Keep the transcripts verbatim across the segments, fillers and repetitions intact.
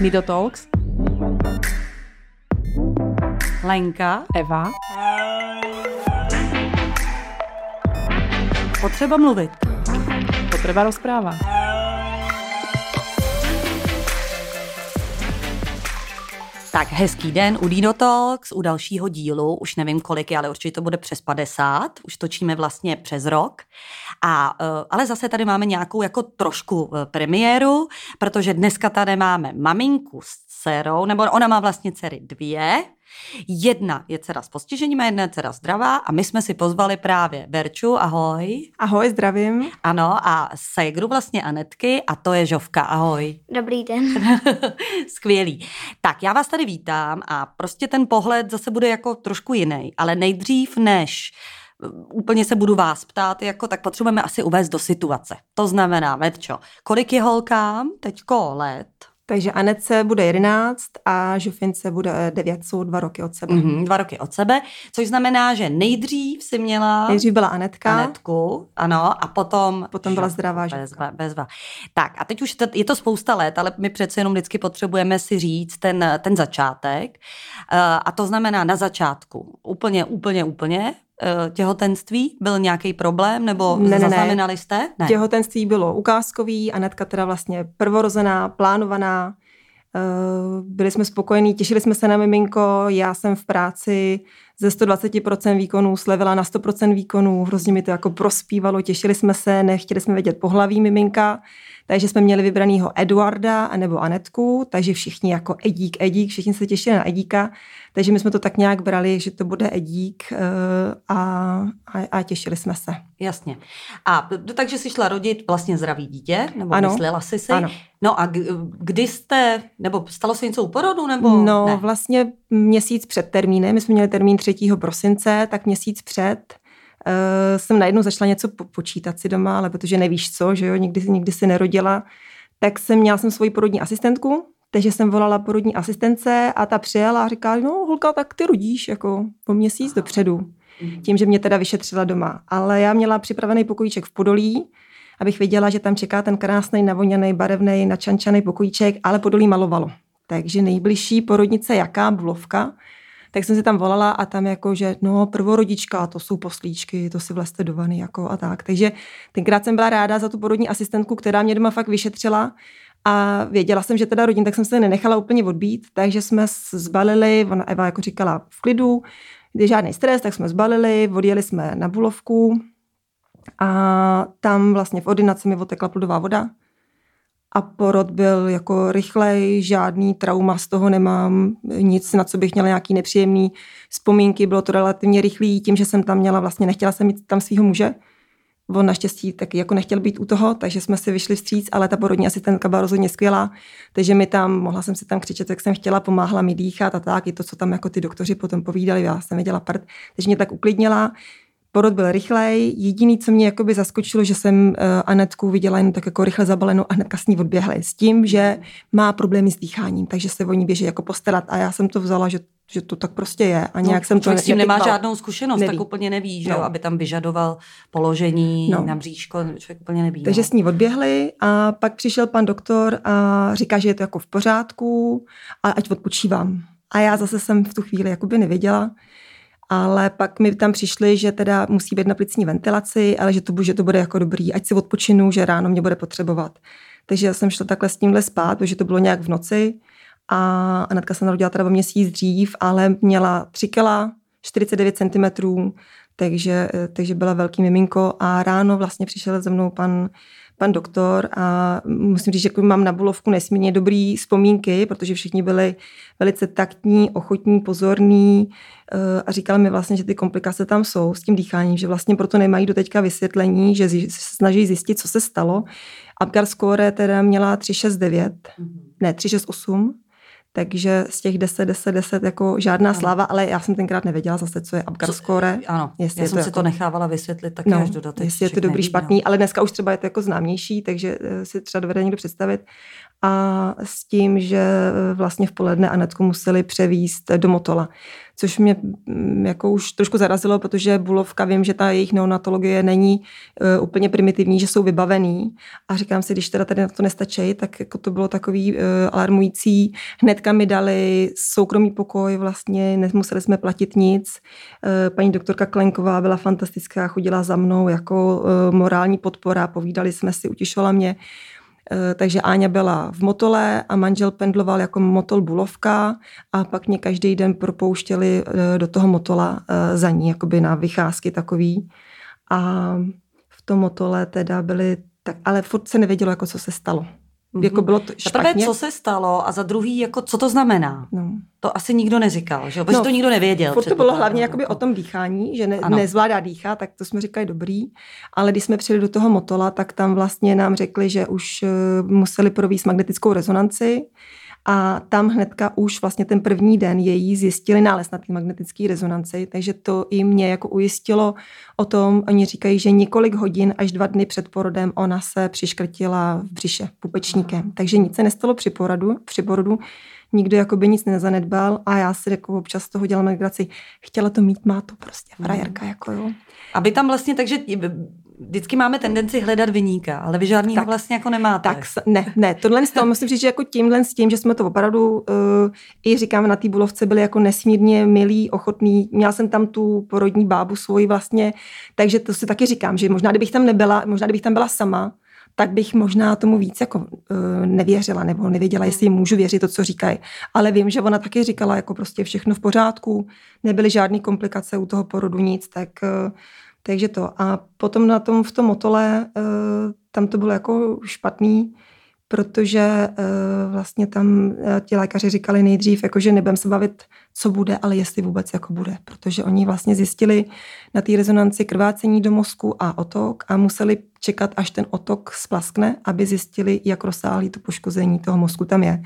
Nidotalks. Lenka. Eva. Potřeba mluvit. Potřeba rozpráva. Tak hezký den u Nidotalks, u dalšího dílu, už nevím kolik je, ale určitě to bude přes padesát, už točíme vlastně přes rok. A, ale zase tady máme nějakou jako trošku premiéru, protože dneska tady máme maminku s dcerou, nebo ona má vlastně dcery dvě. Jedna je dcera s postižením a jedna je dcera zdravá a my jsme si pozvali právě Berču, ahoj. Ahoj, zdravím. Ano, a ségru vlastně Anetky a to je Žovka, ahoj. Dobrý den. Skvělý. Tak já vás tady vítám a prostě ten pohled zase bude jako trošku jiný, ale nejdřív než úplně se budu vás ptát, jako, tak potřebujeme asi uvést do situace. To znamená, Verčo, kolik je holkám teďko let? Takže Anetce bude jedenáct a Žofince bude devět, jsou dva roky od sebe. Mm-hmm, dva roky od sebe, což znamená, že nejdřív si měla... Nejdřív byla Anetka. Anetku, ano, a potom... Potom byla zdravá Žovka. Bezva, bezva. Tak a teď už to, je to spousta let, ale my přece jenom vždycky potřebujeme si říct ten, ten začátek. Uh, a to znamená na začátku. Úplně, úplně, úplně. Těhotenství? Byl nějaký problém? Nebo ne, zaznamenali jste? Ne. Těhotenství bylo ukázkový, Anetka teda vlastně prvorozená, plánovaná. Byli jsme spokojení, těšili jsme se na miminko, já jsem v práci ze sto dvacet procent výkonů slevila na sto procent výkonů, hrozně mi to jako prospívalo, těšili jsme se, nechtěli jsme vědět pohlaví miminka, takže jsme měli vybranýho Eduarda anebo Anetku, takže všichni jako Edík, Edík, všichni se těšili na Edíka, takže my jsme to tak nějak brali, že to bude Edík a, a, a těšili jsme se. Jasně. A takže jsi šla rodit vlastně zdravý dítě, nebo ano, myslela jsi si? Ano. No a kdy jste, nebo stalo se něco u porodu, nebo No ne? vlastně měsíc před termínem, my jsme měli termín třetího prosince, tak měsíc před uh, jsem najednou začala něco po- počítat si doma, ale protože nevíš co, že jo, nikdy, nikdy si nerodila, tak jsem měla jsem svoji porodní asistentku, takže jsem volala porodní asistence a ta přijela a říkala, no holka, tak ty rodíš jako po měsíc dopředu, tím, že mě teda vyšetřila doma. Ale já měla připravený pokojíček v Podolí, abych věděla, že tam čeká ten krásný, navoněný, barevný, načančaný pokojíček, ale Podolí malovalo. Takže nejbližší porodnice jaká, Bulovka, tak jsem si tam volala a tam jako, že no prvorodička, to jsou poslíčky, to si vlezte do vany jako a tak. Takže tenkrát jsem byla ráda za tu porodní asistentku, která mě doma fakt vyšetřila a věděla jsem, že teda rodin, tak jsem se nenechala úplně odbít, takže jsme zbalili, ona Eva jako říkala v klidu, když žádný stres, tak jsme zbalili, odjeli jsme na Bulovku a tam vlastně v ordinaci mi odtekla plodová voda. A porod byl jako rychlej, žádný trauma z toho nemám, nic, na co bych měla nějaký nepříjemný vzpomínky, bylo to relativně rychlý, tím, že jsem tam měla, vlastně nechtěla jsem mít tam svýho muže, on naštěstí taky jako nechtěl být u toho, takže jsme si vyšli vstříc, ale ta porodní asistentka byla rozhodně skvělá, takže mi tam, mohla jsem si tam křičet, jak jsem chtěla, pomáhala mi dýchat a tak, i to, co tam jako ty doktoři potom povídali, já jsem věděla prd, takže mě tak uklidnila. Porod byl rychlej, jediný, co mě jakoby zaskočilo, že jsem uh, Anetku viděla jen tak jako rychle zabalenou a hnedka s ní odběhla s tím, že má problémy s dýcháním, takže se o ní běží jako postarat a já jsem to vzala, že, že to tak prostě je a nějak no, jsem to ne- s tím nemá nepitval. žádnou zkušenost, Neví. tak úplně neví, že No. jo, aby tam vyžadoval položení No. na bříško, člověk úplně neví. Takže no. s ní odběhli a pak přišel pan doktor a říká, že je to jako v pořádku a ať odpočívám. A já zase jsem v tu chvíli jakoby nevěděla. Ale pak mi tam přišli, že teda musí být na plicní ventilaci, ale že to, že to bude jako dobrý, ať si odpočinu, že ráno mě bude potřebovat. Takže já jsem šla takhle s tímhle spát, protože to bylo nějak v noci a Anetka se narodila teda o měsíc dřív, ale měla tři kila, čtyřicet devět centimetrů, takže, takže byla velký miminko a ráno vlastně přišel ze mnou pan pan doktor a musím říct, že mám na Bulovku nesmírně dobrý vzpomínky, protože všichni byli velice taktní, ochotní, pozorní a říkali mi vlastně, že ty komplikace tam jsou s tím dýcháním, že vlastně proto nemají doteďka vysvětlení, že se snaží zjistit, co se stalo. Apgar score teda měla tři šest devět, ne tři šest osm, takže z těch deset, deset, deset jako žádná ano. sláva, ale já jsem tenkrát nevěděla zase, co je Apgar score. Ano, já jsem to si jako... to nechávala vysvětlit taky no, až dodatečně. Jestli je to dobrý, neví, špatný, no. Ale dneska už třeba je to jako známější, takže si třeba dovede někdo představit. a s tím, že vlastně v poledne Anetku museli převízt do Motola. Což mě jako už trošku zarazilo, protože Bulovka, vím, že ta jejich neonatologie není uh, úplně primitivní, že jsou vybavený. A říkám si, když teda tady na to nestačí, tak jako to bylo takový uh, alarmující. Hnedka mi dali soukromý pokoj, vlastně nemuseli jsme platit nic. Uh, paní doktorka Klenková byla fantastická, chodila za mnou jako uh, morální podpora, povídali jsme si, utěšovala mě. Takže Áňa byla v Motole a manžel pendloval jako Motol Bulovka a pak mě každý den propouštěli do toho Motola za ní, jakoby na vycházky takový. A v tom Motole teda byly, tak, ale furt se nevědělo, jako co se stalo. Mm-hmm. Jako bylo to špatně. Za prvé, co se stalo a za druhý, jako co to znamená? No. To asi nikdo neříkal, že? Protože no, to nikdo nevěděl. Furt to bylo hlavně jakoby o tom dýchání, že ne, nezvládá dýchat, tak to jsme říkali dobrý. Ale když jsme přijeli do toho Motola, tak tam vlastně nám řekli, že už museli provést magnetickou rezonanci a tam hnedka už vlastně ten první den její zjistili nález na té magnetické rezonanci, takže to i mě jako ujistilo o tom, oni říkají, že několik hodin až dva dny před porodem ona se přiškrtila v břiše pupečníkem, takže nic se nestalo při porodu, při porodu nikdo jakoby nic nezanedbal a já si jako občas toho dělám legraci. Chtěla to mít, má to prostě frajerka, jako jo. Aby tam vlastně, takže vždycky máme tendenci hledat viníka, ale vy žádnýho tak, vlastně jako nemáte. Tak ne, ne, tohle z toho musím říct, že jako tímhle s tím, že jsme to opravdu uh, i říkám na té Bulovce byli jako nesmírně milí, ochotní. Měla jsem tam tu porodní bábu svoji vlastně, takže to si taky říkám, že možná kdybych tam nebyla, možná kdybych tam byla sama, tak bych možná tomu víc jako uh, nevěřila nebo nevěděla, jestli jim můžu věřit to, co říkají. Ale vím, že ona taky říkala jako prostě všechno v pořádku, nebyly žádné komplikace u toho porodu, nic, tak uh, takže to. A potom na tom v tom Motole, uh, tam to bylo jako špatný, protože uh, vlastně tam uh, ti lékaři říkali nejdřív, jako, že nebudeme se bavit, co bude, ale jestli vůbec jako bude. Protože oni vlastně zjistili na té rezonanci krvácení do mozku a otok a museli čekat, až ten otok splaskne, aby zjistili, jak rozsáhlý to poškození toho mozku tam je.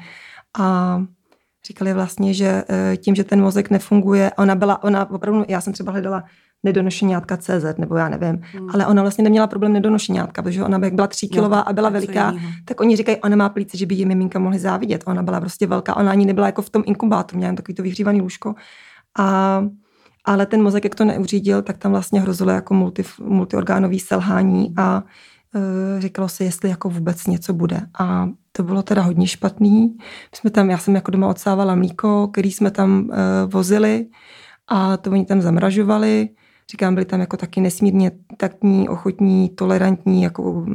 A říkali vlastně, že uh, tím, že ten mozek nefunguje, ona byla, ona opravdu, já jsem třeba hledala nedonošeňátka C Z, nebo já nevím. Hmm. Ale ona vlastně neměla problém nedonošeňátka, protože ona jak byla tříkilová a byla veliká, tak oni říkají, ona má plíce, že by jí miminka mohly závidět. Ona byla prostě velká, ona ani nebyla jako v tom inkubátoru, měla takový to vyhřívaný lůžko. A, ale ten mozek, jak to neuřídil, tak tam vlastně hrozilo jako multi, multiorgánový selhání a e, říkalo se, jestli jako vůbec něco bude. A to bylo teda hodně špatný. My jsme tam, já jsem jako doma odsávala mlíko, který jsme tam e, vozili a to oni tam zamražovali. Říkám, byli tam jako taky nesmírně taktní, ochotní, tolerantní, jako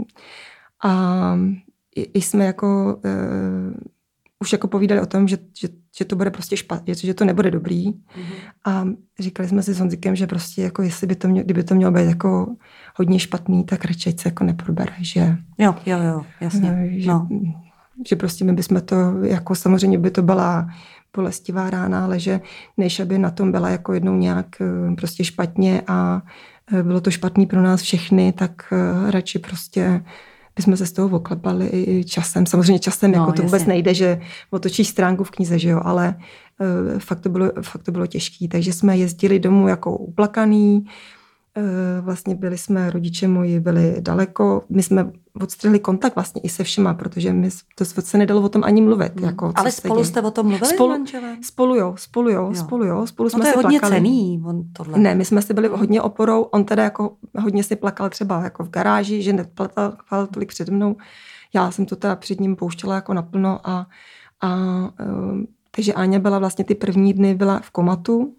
a i jsme jako uh, už jako povídali o tom, že, že, že to bude prostě špatně, že to nebude dobrý. Mm-hmm. A říkali jsme si s Honzikem, že prostě jako jestli by to mělo, kdyby to mělo být jako hodně špatný, tak radši se jako neprobere, že jo, jo, jo, jasně. Že, no. že prostě my bychom to, jako samozřejmě by to byla bolestivá rána, ale že než aby na tom byla jako jednou nějak prostě špatně a bylo to špatný pro nás všechny, tak radši prostě bychom se z toho oklepali i časem. Samozřejmě časem no, jako to vůbec nejde, že otočíš stránku v knize, že jo, ale uh, fakt to bylo, fakt to bylo těžký. Takže jsme jezdili domů jako uplakaný, uh, vlastně byli jsme, rodiče moji byli daleko, my jsme odstřihli kontakt vlastně i se všema, protože my, to se nedalo o tom ani mluvit. Hmm. Jako, ale spolu jste o tom mluvili spolu, s manželem? Spolu jo, spolu jo, jo. spolu jo. Spolu no jsme to je si hodně plakali. Cený, on tohle. Ne, my jsme si byli hodně oporou, on teda jako hodně si plakal třeba jako v garáži, že neplakal tolik přede mnou. Já jsem to teda před ním pouštěla jako naplno a, a um, takže Áňa byla vlastně ty první dny byla v komatu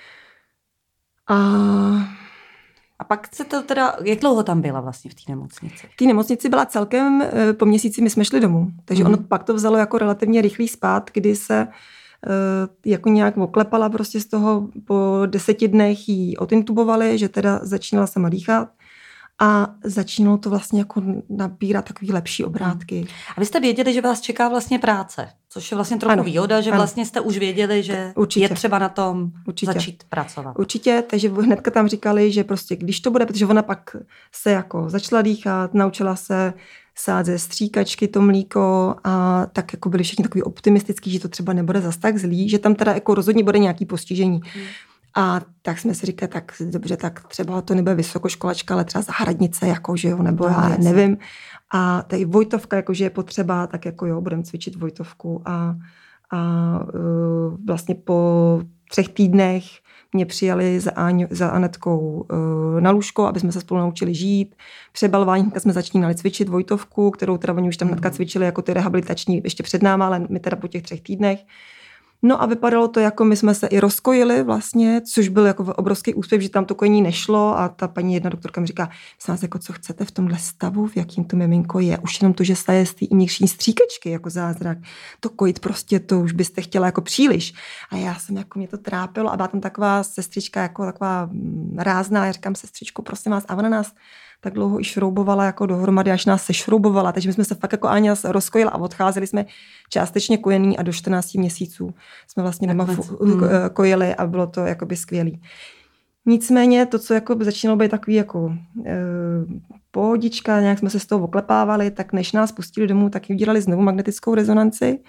a A pak se to teda, jak dlouho tam byla vlastně v té nemocnici? V té nemocnici byla celkem, po měsíci my jsme šli domů. Takže mm. ono pak to vzalo jako relativně rychlý spát, kdy se jako nějak oklepala prostě z toho, po deseti dnech jí otintubovali, že teda začínala sama dýchat. A začínalo to vlastně jako nabírat takový lepší obrátky. A vy jste věděli, že vás čeká vlastně práce, což je vlastně trochu ano, výhoda, že ano. vlastně jste už věděli, že určitě. Je třeba na tom určitě. Začít pracovat. Určitě, takže hnedka tam říkali, že prostě když to bude, protože ona pak se jako začala dýchat, naučila se sát ze stříkačky to mlíko a tak jako byli všichni takový optimistický, že to třeba nebude zas tak zlý, že tam teda jako rozhodně bude nějaký postižení. Hmm. A tak jsme si říkali, tak dobře, tak třeba to nebude vysokoškolačka, ale třeba zahradnice, jako, že jo, nebo no, já nevím. A tady Vojtovka, jakože je potřeba, tak jako jo, budeme cvičit Vojtovku. A, a uh, vlastně po třech týdnech mě přijali za, Áň, za Anetkou uh, na lůžko, aby jsme se spolu naučili žít. Přebalování hnedka jsme začínali cvičit Vojtovku, kterou teda oni už tam hnedka cvičili jako ty rehabilitační ještě před náma, ale my teda po těch třech týdnech. No a vypadalo to, jako my jsme se i rozkojili vlastně, což byl jako obrovský úspěch, že tam to kojení nešlo a ta paní jedna doktorka mi říká, myslím vás, jako co chcete v tomhle stavu, v jakým to miminko je, už jenom to, že se je z té injekční stříkačky jako zázrak, to kojit prostě, to už byste chtěla jako příliš. A já jsem jako, mě to trápilo a byla tam taková sestřička jako taková rázná, já říkám, sestřičku, prosím vás, a ona nás tak dlouho i šroubovala jako dohromady, až nás sešroubovala, takže my jsme se fakt jako Áňa rozkojila a odcházeli jsme částečně kojený a do čtrnácti měsíců jsme vlastně doma hmm. kojili a bylo to jakoby skvělý. Nicméně to, co jako začínalo být takový jako e, pohodička, nějak jsme se z toho oklepávali, tak než nás pustili domů, tak ji udělali znovu magnetickou rezonanci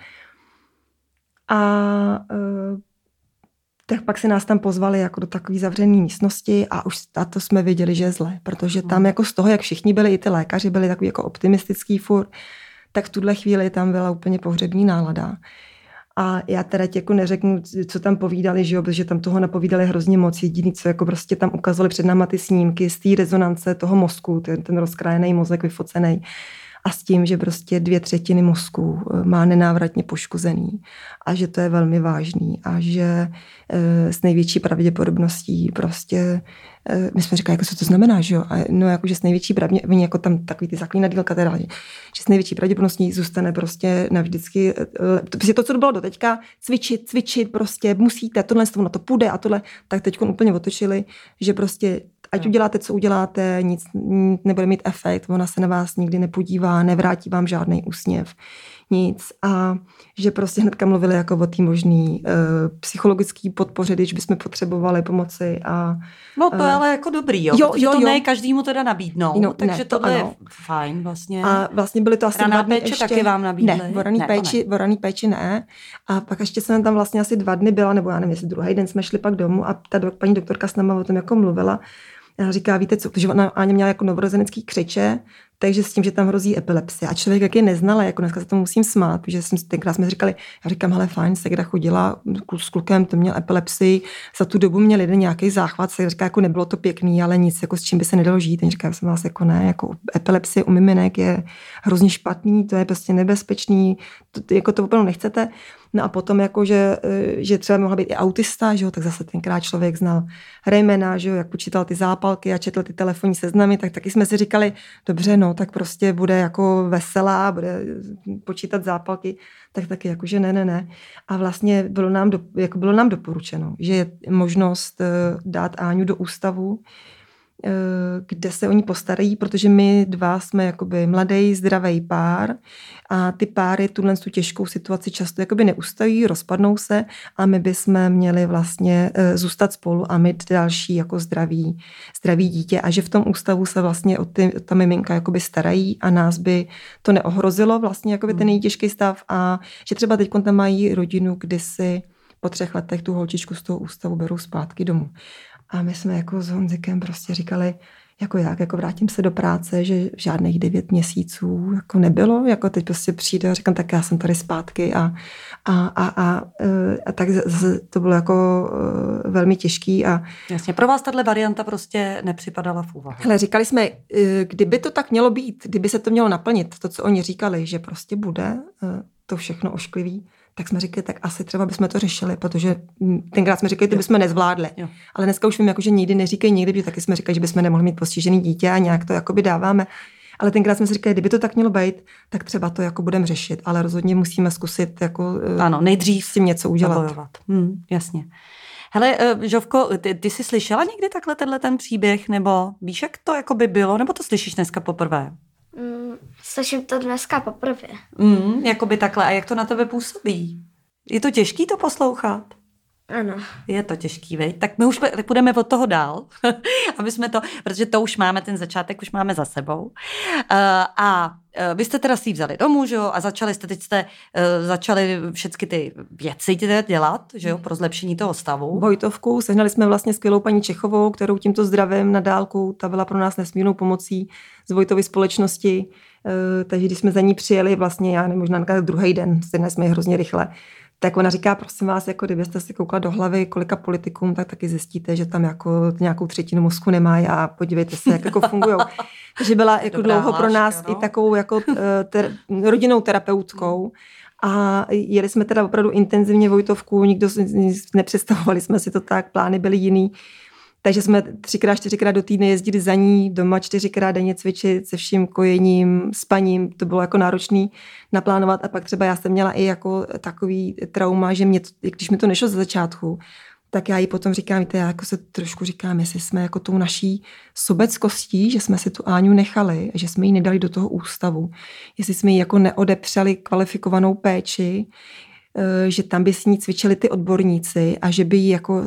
a e, tak pak si nás tam pozvali jako do takové zavřené místnosti a už a to jsme věděli, že je zle, protože tam jako z toho, jak všichni byli, i ty lékaři byli takový jako optimistický furt, tak v tuhle chvíli tam byla úplně pohřební nálada. A já teda jako neřeknu, co tam povídali, že jo, protože tam toho napovídali hrozně moc. Jediný, co jako prostě tam ukazovali před náma ty snímky z té rezonance toho mozku, ten, ten rozkrájený mozek vyfocený. A s tím, že prostě dvě třetiny mozku má nenávratně poškozený a že to je velmi vážný a že e, s největší pravděpodobností prostě, e, my jsme říkali, jako co to znamená, že jo? A no jako, že s největší pravděpodobností, jako tam takový ty zaklínadýlka teda, že s největší pravděpodobností zůstane prostě navždycky, e, prostě to, co to bylo do teďka, cvičit, cvičit prostě, musíte, tohle na to půjde a tohle, tak teď úplně otočili, že prostě ať uděláte, co uděláte, nic nebude mít efekt, ona se na vás nikdy nepodívá, nevrátí vám žádný úsměv, nic. A že prostě hnedka mluvili jako o té možný uh, psychologický podpoře, když bychom potřebovali pomoci. A, no to je uh, ale jako dobrý, jo, jo protože jo, to jo. ne každému teda nabídnou, no, takže ne, to, to je ano. fajn vlastně. A vlastně byly to asi Raná dva dny péče ještě. taky vám nabídli? Ne, voraný, ne, péči, ne. voraný péči ne. A pak ještě jsem tam vlastně asi dva dny byla, nebo já nevím, jestli druhý den jsme šli pak domů a ta do, paní doktorka s náma o tom jako mluvila. A říká, víte co, protože ona Áňa měla jako novorozenecký křeče, takže s tím, že tam hrozí epilepsie. A člověk, jak je neznal, jako dneska se tomu musím smát, protože jsem, tenkrát jsme říkali, já říkám, hele, fajn, Segra chodila s klukem, to měl epilepsii, za tu dobu měl jeden nějaký záchvat, se říká, jako nebylo to pěkný, ale nic, jako s čím by se nedalo žít. Ten říká, já jsem vás jako ne, jako epilepsie u miminek je hrozně špatný, to je prostě nebezpečný, to, jako to opravdu nechcete. No a potom jako, že, že třeba mohla být i autista, že jo, tak zase tenkrát člověk znal Raymana, že jo, jak počítal ty zápalky a četl ty telefonní seznamy, tak taky jsme si říkali, dobře, no, tak prostě bude jako veselá, bude počítat zápalky, tak taky jakože ne, ne, ne. A vlastně bylo nám, do, jako bylo nám doporučeno, že je možnost dát Áňu do ústavu, kde se o ní postarají, protože my dva jsme jakoby mladý, zdravý pár a ty páry tuhle tu těžkou situaci často jakoby neustaví, rozpadnou se a my bychom měli vlastně zůstat spolu a mít další jako zdravý, zdravý dítě a že v tom ústavu se vlastně o ty, ta miminka jakoby starají a nás by to neohrozilo vlastně jakoby ten její těžký stav a že třeba teď tam mají rodinu, kdy si po třech letech tu holčičku z toho ústavu berou zpátky domů. A my jsme jako s Honzikem prostě říkali, jako jak, jako vrátím se do práce, že žádných devět měsíců jako nebylo, jako teď prostě přijde a říkám, tak já jsem tady zpátky a, a, a, a, a tak to bylo jako velmi těžký. A jasně, pro vás tahle varianta prostě nepřipadala v úvahu. Hele, říkali jsme, kdyby to tak mělo být, kdyby se to mělo naplnit, to, co oni říkali, že prostě bude to všechno ošklivý, tak jsme říkali, tak asi třeba bychom to řešili, protože tenkrát jsme říkali, to bychom nezvládli. Jo. Ale dneska už vím, jako, že nikdy neříkají nikdy, protože taky jsme říkali, že bychom nemohli mít postižený dítě a nějak to jakoby dáváme. Ale tenkrát jsme si říkali, kdyby to tak mělo být, tak třeba to jako budeme řešit, ale rozhodně musíme zkusit jako ano, nejdřív s tím něco udělat. Hmm, jasně. Hele, Žovko, ty, ty jsi slyšela někdy takhle tenhle ten příběh, nebo víš, jak to jako by bylo, nebo to slyšíš dneska poprvé? Mm, slyším to dneska poprvé. Mm, jakoby takhle. A jak to na tebe působí? Je to těžký to poslouchat? Ano. Je to těžký, viď? Tak my už půjdeme od toho dál, aby jsme to, protože to už máme, ten začátek už máme za sebou. Uh, a uh, vy jste teda si ji vzali domů, že jo, a začali jste, teď jste uh, začali všechny ty věci dělat, že jo, pro zlepšení toho stavu. Vojtovku, sehnali jsme vlastně skvělou paní Čechovou, kterou tímto zdravím na dálku, ta byla pro nás nesmírnou pomocí z Vojtovy společnosti, uh, takže když jsme za ní přijeli vlastně, já nevím, možná druhý den, sehnali jsme ji hrozně rychle, tak ona říká, prosím vás, jako kdybyste si koukla do hlavy, kolika politikům, tak taky zjistíte, že tam jako nějakou třetinu mozku nemají a podívejte se, jak jako fungujou. Takže byla jako Dobrá dlouho hláška, pro nás no? i takovou jako ter, rodinnou terapeutkou. A jeli jsme teda opravdu intenzivně Vojtovku, nikdo nepředstavovali jsme si to tak, plány byly jiný. Takže jsme třikrát, čtyřikrát do týdne jezdili za ní, doma čtyřikrát denně cvičit se vším kojením, spaním, to bylo jako náročný naplánovat a pak třeba já jsem měla i jako takový trauma, že mě, když mi to nešlo ze začátku, tak já jí potom říkám, víte, já jako se trošku říkám, jestli jsme jako tou naší sobeckostí, že jsme si tu Áňu nechali, že jsme ji nedali do toho ústavu, jestli jsme jí jako neodepřeli kvalifikovanou péči, že tam by s ní cvičili ty odborníci a že by jí jako,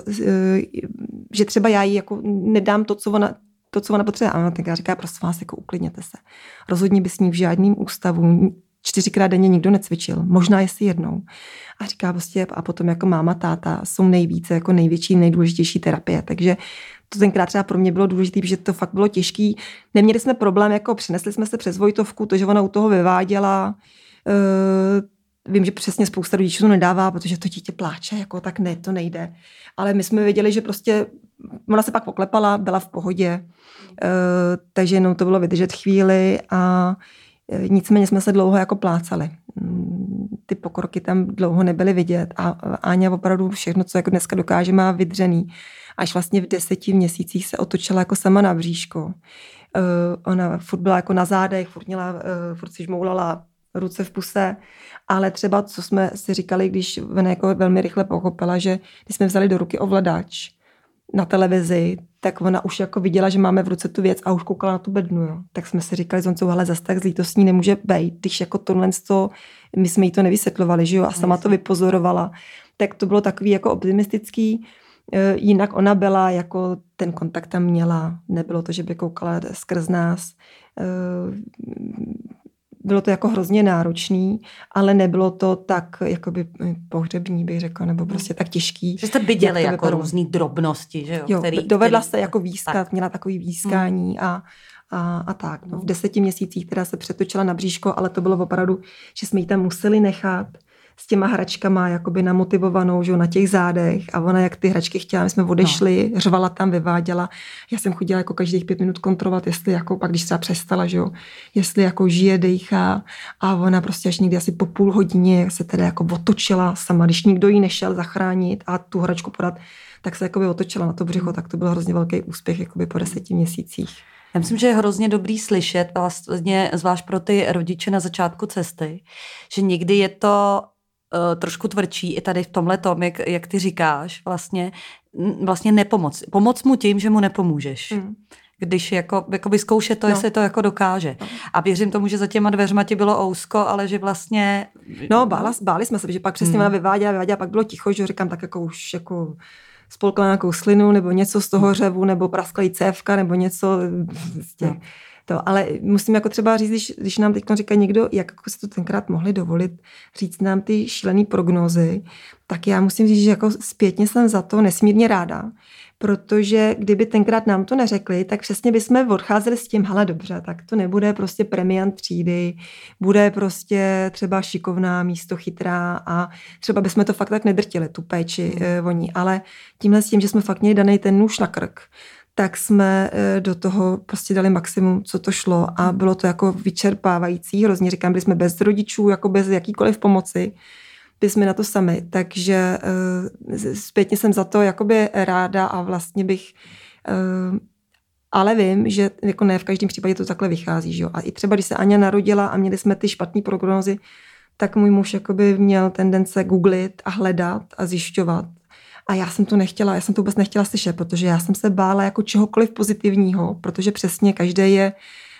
že třeba já jí jako nedám to, co ona, to, co ona potřebuje. A ona tak říká, prosím vás, jako uklidněte se. Rozhodně by s ní v žádným ústavu čtyřikrát denně nikdo necvičil. Možná jestli jednou. A říká prostě, a potom jako máma, táta jsou nejvíce, jako největší, nejdůležitější terapie. Takže to tenkrát třeba pro mě bylo důležité, protože to fakt bylo těžký. Neměli jsme problém, jako přinesli jsme se přes Vojtovku, to, že ona u toho vyváděla. Vím, že přesně spousta rodičů to nedává, protože to dítě pláče, jako tak ne, to nejde. Ale my jsme věděli, že prostě ona se pak poklepala, byla v pohodě, uh, takže jenom to bylo vydržet chvíli a uh, nicméně jsme se dlouho jako plácali. Ty pokroky tam dlouho nebyly vidět a Áňa opravdu všechno, co jako dneska dokáže, má vydřený. Až vlastně v deseti měsících se otočila jako sama na bříško. Uh, ona furt byla jako na zádech, furt, měla, uh, furt si žmoulala ruce v puse, ale třeba, co jsme si říkali, když ona jako velmi rychle pochopila, že když jsme vzali do ruky ovladač na televizi, tak ona už jako viděla, že máme v ruce tu věc a už koukala na tu bednu, jo. Tak jsme si říkali s Honcou, hele, zase tak zlítostní nemůže být, když jako tohle, my jsme jí to nevysvětlovali, že jo, a sama to vypozorovala. Tak to bylo takový jako optimistický. Jinak ona byla, jako ten kontakt tam měla, nebylo to, že by koukala skrz nás. Bylo to jako hrozně náročný, ale nebylo to tak jakoby pohřební, bych řekla, nebo prostě tak těžký. Že jste viděli jako různý drobnosti, že jo? jo který, dovedla který... se jako výskat, tak. Měla takový výskání hmm. a, a, a tak. No. V deseti měsících teda se přetočila na bříško, ale to bylo opravdu, že jsme ji tam museli nechat s těma hračkama jakoby namotivovanou, že jo, na těch zádech a ona jak ty hračky chtěla, my jsme odešli, no. řvala tam, vyváděla. Já jsem chodila jako každých pět minut kontrolovat, jestli jako pak, když třeba přestala, že jo, jestli jako žije, dejchá a ona prostě až někdy asi po půl hodině se teda jako otočila sama, když nikdo jí nešel zachránit a tu hračku podat, tak se jakoby otočila na to břicho, tak to byl hrozně velký úspěch jakoby po deseti měsících. Já myslím, že je hrozně dobrý slyšet, vlastně zvlášť pro ty rodiče na začátku cesty, že někdy je to uh, trošku tvrdší i tady v tomhletom, jak, jak ty říkáš, vlastně, vlastně nepomoc. Pomoc mu tím, že mu nepomůžeš. Hmm. Když jako, jako vyzkoušet to, no. jestli to jako dokáže. No. A věřím tomu, že za těma dveřma ti bylo ousko, ale že vlastně... No, bála, báli jsme se, že pak přesně hmm. ona vyváděla, vyváděla, pak bylo ticho, že říkám, tak jako už jako... spolkla nějakou slinu, nebo něco z toho řevu, nebo praskla jí cévka, nebo něco. No. To, ale musím jako třeba říct, když, když nám teď říká někdo, jak jako se to tenkrát mohli dovolit říct nám ty šílený prognózy, tak já musím říct, že jako zpětně jsem za to nesmírně ráda, protože kdyby tenkrát nám to neřekli, tak přesně bychom odcházeli s tím, hele dobře, tak to nebude prostě premiant třídy, bude prostě třeba šikovná místo chytrá a třeba bychom to fakt tak nedrtili, tu péči hmm. eh, voní, ale tímhle s tím, že jsme fakt měli daný ten nůž na krk, tak jsme do toho prostě dali maximum, co to šlo a bylo to jako vyčerpávající, hrozně říkám, byli jsme bez rodičů, jako bez jakýkoliv pomoci, byli jsme na to sami, takže uh, zpětně jsem za to jakoby ráda a vlastně bych, uh, ale vím, že jako ne v každém případě to takhle vychází, že jo? A i třeba, když se Aňa narodila a měli jsme ty špatné prognózy, tak můj muž jakoby měl tendence googlit a hledat a zjišťovat. A já jsem to nechtěla, já jsem to vůbec nechtěla slyšet, protože já jsem se bála jako čehokoliv pozitivního, protože přesně každý je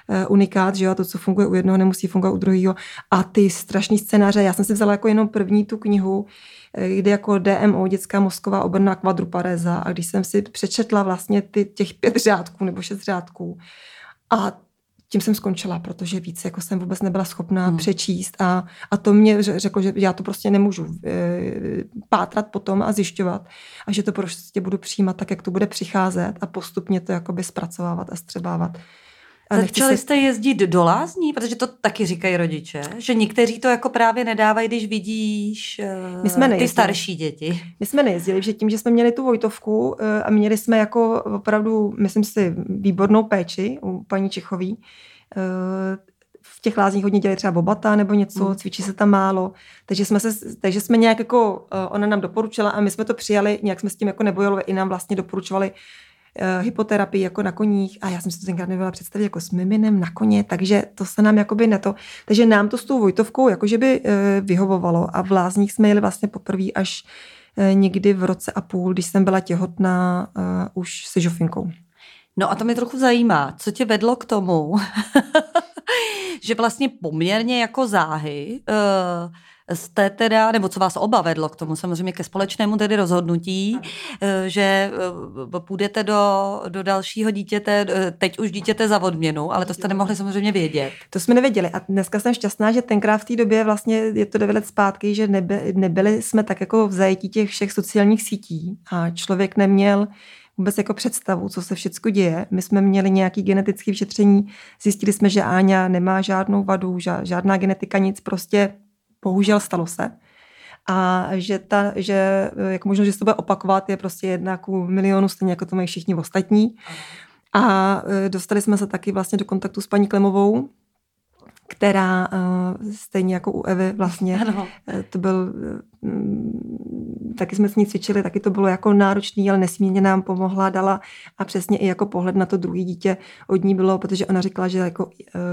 unikát, že jo, a to, co funguje u jednoho, nemusí fungovat u druhého. A ty strašný scénáře, já jsem si vzala jako jenom první tu knihu, kde jako D M O, dětská mozková obrna kvadruparéza, a když jsem si přečetla vlastně ty, těch pět řádků nebo šest řádků a tím jsem skončila, protože víc jako jsem vůbec nebyla schopná hmm. přečíst a, a to mě řeklo, že já to prostě nemůžu e, pátrat potom a zjišťovat a že to prostě budu přijímat tak, jak to bude přicházet a postupně to jakoby zpracovávat a střebávat. A začali jste jezdit do lázní, protože to taky říkají rodiče, že někteří to jako právě nedávají, když vidíš My jsme ty starší děti. My jsme nejezdili, že tím, že jsme měli tu Vojtovku a měli jsme jako opravdu, myslím si, výbornou péči u paní Čechový. V těch lázních hodně dělali třeba bobata nebo něco, mm. cvičí se tam málo, takže jsme, se, takže jsme nějak jako, ona nám doporučila a my jsme to přijali, nějak jsme s tím jako nebojovali, i nám vlastně doporučovali hypoterapii jako na koních a já jsem si to tenkrát nevěděla představit jako s miminem na koně, takže to se nám jakoby neto, takže nám to s tou Vojtovkou jakože by vyhovovalo a v lázních jsme jeli vlastně poprvé až někdy v roce a půl, když jsem byla těhotná uh, už se Žofinkou. No a to mě trochu zajímá, co tě vedlo k tomu, že vlastně poměrně jako záhy uh, jste teda, nebo co vás oba vedlo k tomu, samozřejmě ke společnému tedy rozhodnutí, že půjdete do, do dalšího dítěte, teď už dítěte za odměnu, ale to jste nemohli samozřejmě vědět. To jsme nevěděli a dneska jsem šťastná, že tenkrát v té době vlastně je to devět let zpátky, že neby, nebyli jsme tak jako v zajetí těch všech sociálních sítí a člověk neměl vůbec jako představu, co se všechno děje. My jsme měli nějaký genetický vyšetření, zjistili jsme, že Áňa nemá žádnou vadu, žádná genetika, nic, prostě bohužel stalo se. A že, ta, že jako možnost, že se to bude opakovat, je prostě jedna ku milionu, stejně jako to mají všichni ostatní. A dostali jsme se taky vlastně do kontaktu s paní Klemovou, která stejně jako u Evy vlastně, ano. to byl, taky jsme s ní cvičili, taky to bylo jako náročný, ale nesmírně nám pomohla, dala a přesně i jako pohled na to druhé dítě od ní bylo, protože ona říkala, že jako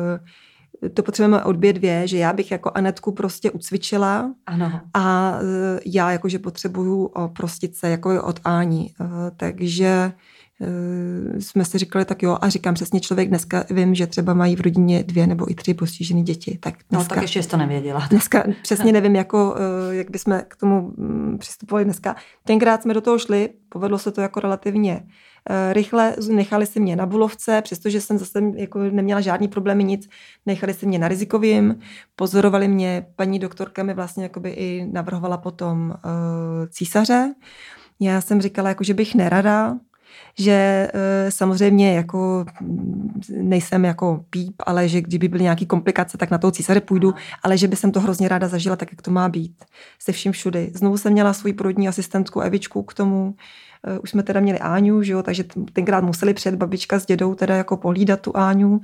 to potřebujeme od obě dvě, že já bych jako Anetku prostě ucvičila ano. a já jakože potřebuju oprostit se jako od Áni. Takže jsme si říkali, tak jo, a říkám přesně, člověk dneska vím, že třeba mají v rodině dvě nebo i tři postižené děti. Tak dneska, no tak ještě jsi to nevěděla. Dneska přesně nevím, jako, jak bychom k tomu přistupovali dneska. Tenkrát jsme do toho šli, povedlo se to jako relativně rychle, nechali si mě na Bulovce, přestože jsem zase jako neměla žádný problémy, nic, nechali si mě na rizikovým, pozorovali mě, paní doktorka mi vlastně jakoby i navrhovala potom uh, císaře. Já jsem říkala, jako, že bych nerada, že uh, samozřejmě jako nejsem jako píp, ale že kdyby byly nějaké komplikace, tak na toho císaře půjdu, ale že by jsem to hrozně ráda zažila tak, jak to má být. Se vším všudy. Znovu jsem měla svou porodní asistentku Evičku k tomu. Uh, už jsme teda měli Áňu, že jo, takže tenkrát museli před babička s dědou teda jako pohlídat tu Áňu. Uh,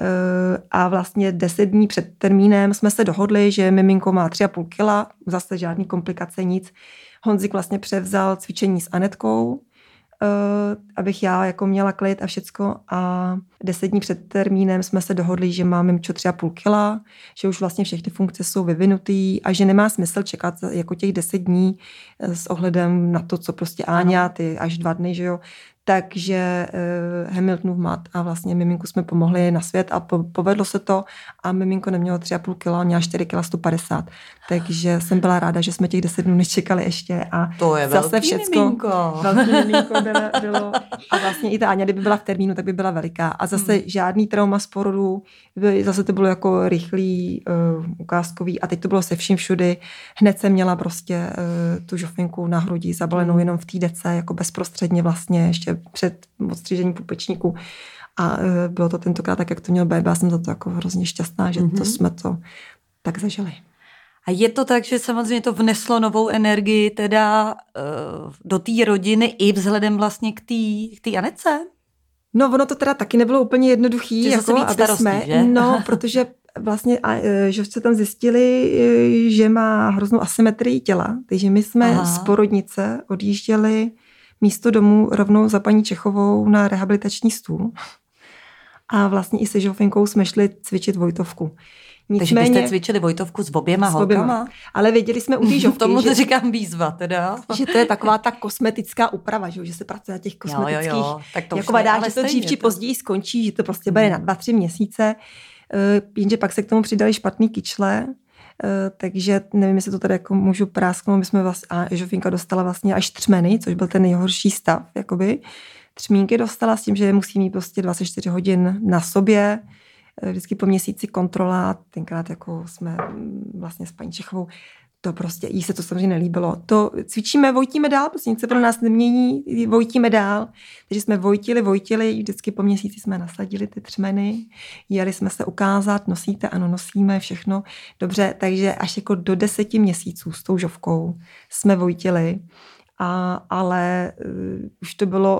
a vlastně deset dní před termínem jsme se dohodli, že miminko má tři a půl kila, zase žádný komplikace, nic. Honzik vlastně převzal cvičení s Anetkou, Uh, abych já jako měla klid a všecko a deset dní před termínem jsme se dohodli, že mám mimčo tři a půl kila, že už vlastně všechny funkce jsou vyvinutý a že nemá smysl čekat jako těch deset dní s ohledem na to, co prostě Áňa, ty až dva dny, že jo. Takže uh, Hamiltonův mat a vlastně miminku jsme pomohli na svět a po, povedlo se to a miminko nemělo tři a půl kila, měla čtyři kila sto padesát. Takže jsem byla ráda, že jsme těch deset dnů nečekali ještě a to je zase velký všecko, miminko. Velký miminko bylo, bylo. A vlastně i ta Áňa, kdyby byla v termínu, tak by byla veliká. A zase hmm. žádný trauma z porodu, zase to bylo jako rychlý, uh, ukázkový a teď to bylo se vším všudy. Hned jsem měla prostě uh, tu žofinku na hrudi zabalenou hmm. jenom v té dece, jako bezprostředně vlastně ještě před odstřížením pupečníku. A uh, bylo to tentokrát tak, jak to mělo být. Já jsem za to jako hrozně šťastná, že mm-hmm. to jsme to tak zažili. A je to tak, že samozřejmě to vneslo novou energii teda uh, do té rodiny i vzhledem vlastně k té k Anetce? No ono to teda taky nebylo úplně jednoduchý. Ty jako, aby starostí, jsme, že? No, protože vlastně, že se tam zjistili, že má hroznou asymetrii těla, takže my jsme Aha. z porodnice odjížděli místo domů rovnou za paní Čechovou na rehabilitační stůl a vlastně i se Žofinkou jsme šli cvičit Vojtovku. Takže byste cvičili Vojtovku s oběma holkama? Ale věděli jsme u té žovky, tomu že, říkám výzva teda. Že to je taková ta kosmetická úprava, že, že se pracuje na těch kosmetických, jo, jo, tak to jako vadá, že to dřív či to... později skončí, že to prostě bude na dva, tři měsíce, jenže pak se k tomu přidali špatný kyčle, takže nevím, jestli to tady jako můžu prásknout, my jsme vlastně, a žofinka dostala vlastně až třmeny, což byl ten nejhorší stav, jakoby. Třmínky dostala s tím, že musí mít prostě dvacet čtyři hodin na sobě, vždycky po měsíci kontrola, tenkrát jako jsme vlastně s paní Čechovou, to prostě, jí se to samozřejmě nelíbilo. To cvičíme, vojtíme dál, prostě nic se pro nás nemění, vojtíme dál. Takže jsme vojtili, vojtili, vždycky po měsíci jsme nasadili ty třmeny, jeli jsme se ukázat, nosíte, ano, nosíme, všechno. Dobře, takže až jako do deseti měsíců s tou žovkou jsme vojtili, a, ale uh, už to bylo...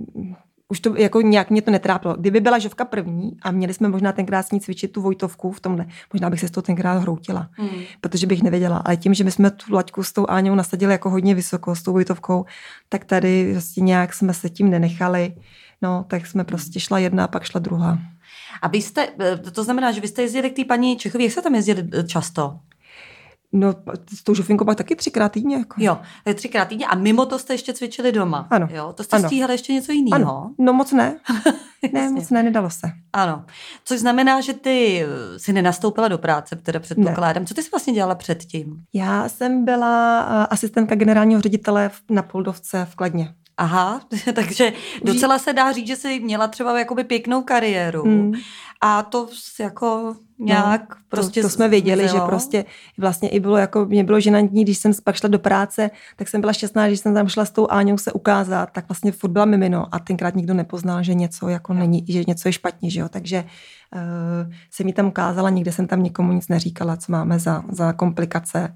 Už to jako nějak mě to netrápilo. Kdyby byla žovka první a měli jsme možná tenkrát s ní cvičit tu Vojtovku v tomhle, možná bych se z toho tenkrát hroutila, hmm. protože bych nevěděla. Ale tím, že my jsme tu laťku s tou Áňou nasadili jako hodně vysoko s tou Vojtovkou, tak tady prostě nějak jsme se tím nenechali. No, tak jsme prostě šla jedna a pak šla druhá. A vy jste, to znamená, že vy jste jezdili k té paní Čechové, jak se tam jezdili často? No, s tou žofinkou pak taky třikrát týdně. Jako. Jo, třikrát týdně a mimo to jste ještě cvičili doma. Ano. Jo, to jste ano. stíhali ještě něco jiného. Ano. No moc ne. ne, moc ne, nedalo se. Ano. Což znamená, že ty si nenastoupila do práce, teda předpokládám. Ne. Co ty jsi vlastně dělala předtím? Já jsem byla asistentka generálního ředitele na Poldovce v Kladně. Aha, takže docela se dá říct, že jsi měla třeba jakoby pěknou kariéru hmm. a to jako nějak no, prostě... To, to jsme věděli, zmizelo. Že prostě vlastně i bylo jako, mě bylo ženantní, když jsem pak šla do práce, tak jsem byla šťastná, když jsem tam šla s tou Áňou se ukázat, tak vlastně furt byla mimino a tenkrát nikdo nepoznal, že něco jako není, že něco je špatně, že jo, takže uh, jsem mi tam ukázala, nikde jsem tam nikomu nic neříkala, co máme za, za komplikace.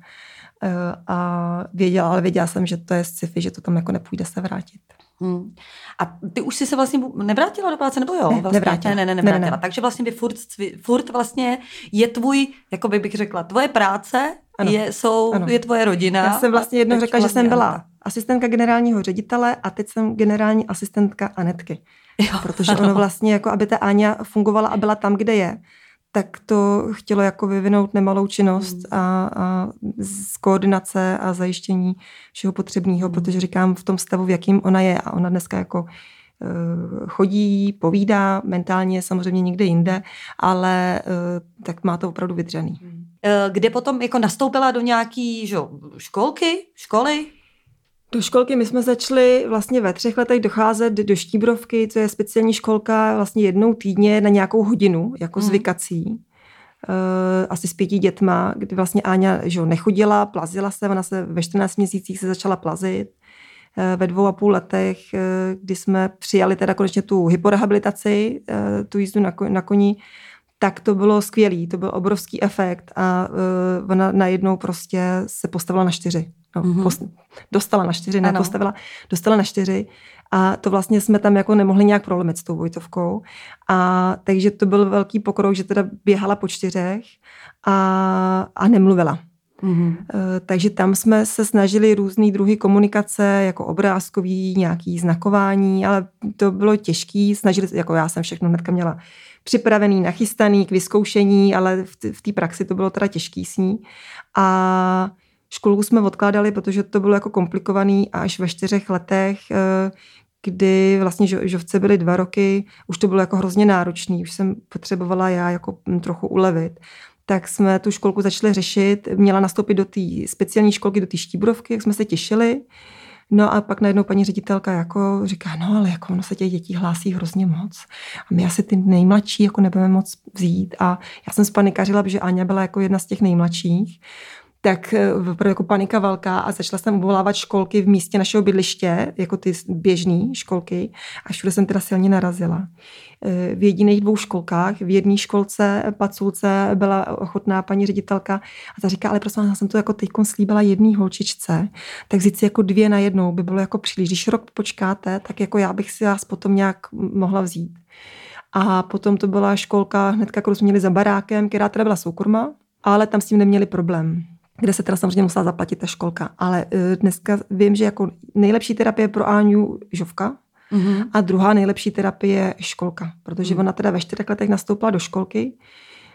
A věděla, ale věděla jsem, že to je sci-fi, že to tam jako nepůjde se vrátit. Hmm. A ty už jsi se vlastně nevrátila do práce, nebo jo? Ne, vlastně? nevrátila. Ne, ne, nevrátila. Ne, ne, ne. Takže vlastně by furt, furt vlastně je tvůj, jako bych řekla, tvoje práce, ano. Je, jsou, ano. je tvoje rodina. Já jsem vlastně jednou řekla, vlastně že jsem byla Aneta. Asistentka generálního ředitele a teď jsem generální asistentka Anetky. Jo, protože ano. Ono vlastně, jako aby ta Áňa fungovala a byla tam, kde je, tak to chtělo jako vyvinout nemalou činnost hmm. a, a z koordinace a zajištění všeho potřebného, hmm. protože říkám v tom stavu, v jakým ona je a ona dneska jako uh, chodí, povídá, mentálně samozřejmě někde jinde, ale uh, tak má to opravdu vydřený. Hmm. Kde potom jako nastoupila do nějaký že, školky, školy? Do školky my jsme začali vlastně ve třech letech docházet do Štíbrovky, co je speciální školka vlastně jednou týdně na nějakou hodinu, jako hmm. zvykací. Uh, asi s pěti dětma, kdy vlastně Áňa že nechodila, plazila se, ona se ve čtrnácti měsících se začala plazit. Uh, ve dvou a půl letech, uh, kdy jsme přijali teda konečně tu hyporehabilitaci, uh, tu jízdu na, ko- na koni, tak to bylo skvělý, to byl obrovský efekt a uh, ona najednou prostě se postavila na čtyři. No, mm-hmm. post- dostala na čtyři, ne postavila, dostala na čtyři a to vlastně jsme tam jako nemohli nějak prolomit s tou Vojtovkou. A takže to byl velký pokrok, že teda běhala po čtyřech a, a nemluvila. Mm-hmm. Uh, takže tam jsme se snažili různý druhy komunikace, jako obrázkový, nějaký znakování, ale to bylo těžký, snažili, jako já jsem všechno hnedka měla připravený, nachystaný k vyzkoušení, ale v té praxi to bylo teda těžký s ní. A školu jsme odkládali, protože to bylo jako komplikovaný a až ve čtyřech letech, kdy vlastně žovce byly dva roky, už to bylo jako hrozně náročný, už jsem potřebovala já jako trochu ulevit. Tak jsme tu školku začali řešit, měla nastoupit do té speciální školky, do té Štíbrovky, jak jsme se těšili. No a pak najednou paní ředitelka jako říká, no ale jako ono se těch dětí hlásí hrozně moc a my asi ty nejmladší jako nebudeme moc vzít. A já jsem spanikařila, protože Áňa byla jako jedna z těch nejmladších. Tak opravdu jako panika velká a začala jsem obvolávat školky v místě našeho bydliště, jako ty běžné školky a všude jsem teda silně narazila. V jediných dvou školkách, v jedné školce, Paculce, byla ochotná paní ředitelka a ta říká, ale prosím, já jsem to jako teďkon slíbila jedný holčičce, tak vzít si jako dvě na jednou by bylo jako příliš. Když rok počkáte, tak jako já bych si vás potom nějak mohla vzít. A potom to byla školka hnedka, kterou jsme měli za barákem, která teda byla soukromá, ale tam s tím neměli problém, kde se teda samozřejmě musela zaplatit ta školka. Ale dneska vím, že jako nejlepší terapie pro Áňu žovka mm-hmm. a druhá nejlepší terapie je školka, protože mm. ona teda ve čtyřech letech nastoupila do školky,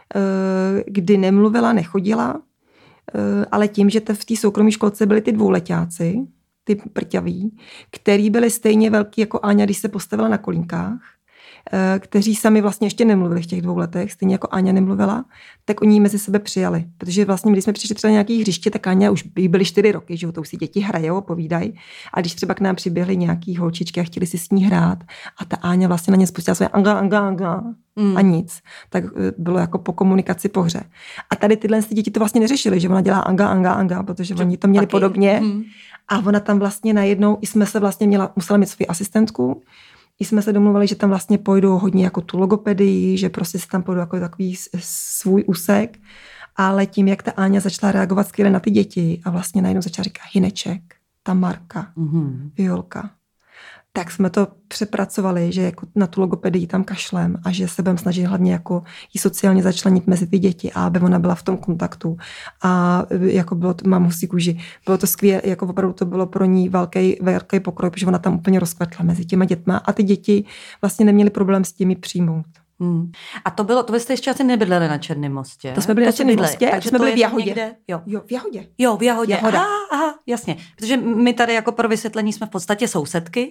kdy nemluvila, nechodila, ale tím, že v té soukromé školce byli ty dvouletáci, ty prťaví, který byli stejně velký jako Áňa, když se postavila na kolínkách, kteří sami vlastně ještě nemluvili v těch dvou letech, stejně jako Áňa nemluvila, tak oni ji mezi sebe přijali. Protože vlastně, když jsme přišli třeba na nějaký hřiště, tak Áňa už byly čtyři roky, že to už si děti hrajou, povídají. A když třeba k nám přiběhly nějaký holčičky a chtěli si s ní hrát a ta Áňa vlastně na ně spustila své anga, anga, anga mm. a nic, tak bylo jako po komunikaci po hře. A tady tyhle děti to vlastně neřešily, že ona dělá anga, anga, anga, protože že oni to měli taky podobně. Mm. A ona tam vlastně najednou, i jsme se vlastně měla, musela mít svou asistentku, i jsme se domluvili, že tam vlastně pojdou hodně jako tu logopedii, že prostě se tam pojdou jako takový svůj úsek, ale tím, jak ta Áňa začala reagovat skvěle na ty děti a vlastně najednou začala říkat Hineček, Tamarka, mm-hmm. Violka, tak jsme to přepracovali, že jako na tu logopedii tam kašlem a že se budeme snažit hlavně jako jí sociálně začlenit mezi ty děti a aby ona byla v tom kontaktu. A jako bylo to, mám husí kůži, bylo to skvělé, jako opravdu to bylo pro ní velký, velký pokrok, protože ona tam úplně rozkvetla mezi těma dětma a ty děti vlastně neměly problém s těmi přijmout. Hmm. A to bylo, to vy jste ještě asi nebydleli na Černém mostě. To jsme byli to na Černém mostě, takže jsme byli v Jahodě. Někde? Jo. jo, v Jahodě. Jo, v Jahodě. Jahoda. Aha, aha, jasně. Protože my tady jako pro vysvětlení jsme v podstatě sousedky.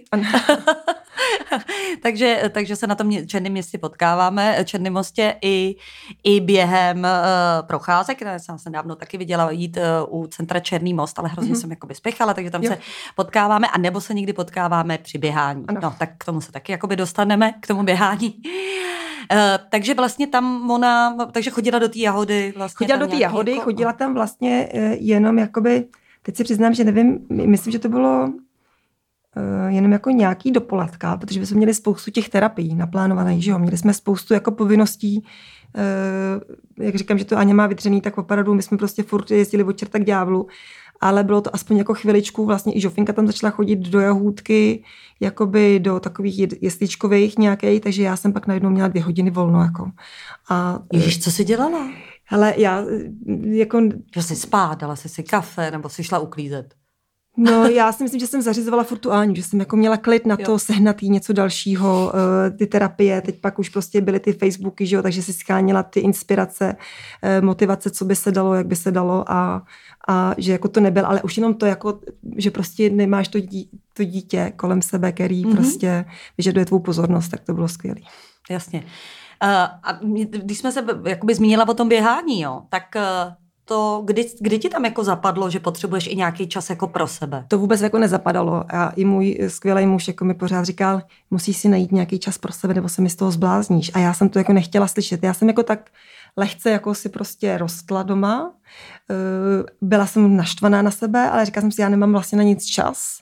takže, takže se na tom Černém městě potkáváme, Černém mostě i, i během uh, procházek, které jsem se dávno taky viděla jít uh, u centra Černý most, ale hrozně mm-hmm. jsem jakoby spěchala, takže tam jo. se potkáváme a nebo se někdy potkáváme při běhání. Ano. No, tak k tomu se taky jakoby dostaneme, k tomu běhání. Uh, takže vlastně tam ona, takže chodila do té Jahody. Vlastně chodila do té Jahody, jako... chodila tam vlastně uh, jenom jakoby, teď si přiznám, že nevím, myslím, že to bylo uh, jenom jako nějaký dopoledka, protože jsme měli spoustu těch terapií naplánovaných, že jo, měli jsme spoustu jako povinností, uh, jak říkám, že to Áňa má vytřený, tak opravdu my jsme prostě furt jezdili od čerta k ďáblu, ale bylo to aspoň jako chviličku, vlastně i Žofinka tam začala chodit do jahůdky, jakoby do takových jesličkových nějakých, takže já jsem pak najednou měla dvě hodiny volno, jako. A Ježiš, co jsi dělala? Hele, já jako... Že jsi spát, dala jsi si kafe, nebo jsi šla uklízet? No, já si myslím, že jsem zařizovala furt tu Áňu, že jsem jako měla klid na to, jo. sehnat jí něco dalšího, ty terapie, teď pak už prostě byly ty Facebooky, že jo, takže si schánila ty inspirace, motivace, co by se dalo, jak by se dalo a, a že jako to nebyl, ale už jenom to jako, že prostě nemáš to, dí, to dítě kolem sebe, který mm-hmm. prostě vyžaduje tvou pozornost, tak to bylo skvělé. Jasně. Uh, a když jsme se jakoby zmínila o tom běhání, jo, tak... Uh... To, kdy, kdy ti tam jako zapadlo, že potřebuješ i nějaký čas jako pro sebe? To vůbec jako nezapadalo. A i můj skvělý muž jako mi pořád říkal, musíš si najít nějaký čas pro sebe, nebo se mi z toho zblázníš. A já jsem to jako nechtěla slyšet. Já jsem jako tak lehce jako si prostě rostla doma. Byla jsem naštvaná na sebe, ale říkala jsem si, já nemám vlastně na nic čas,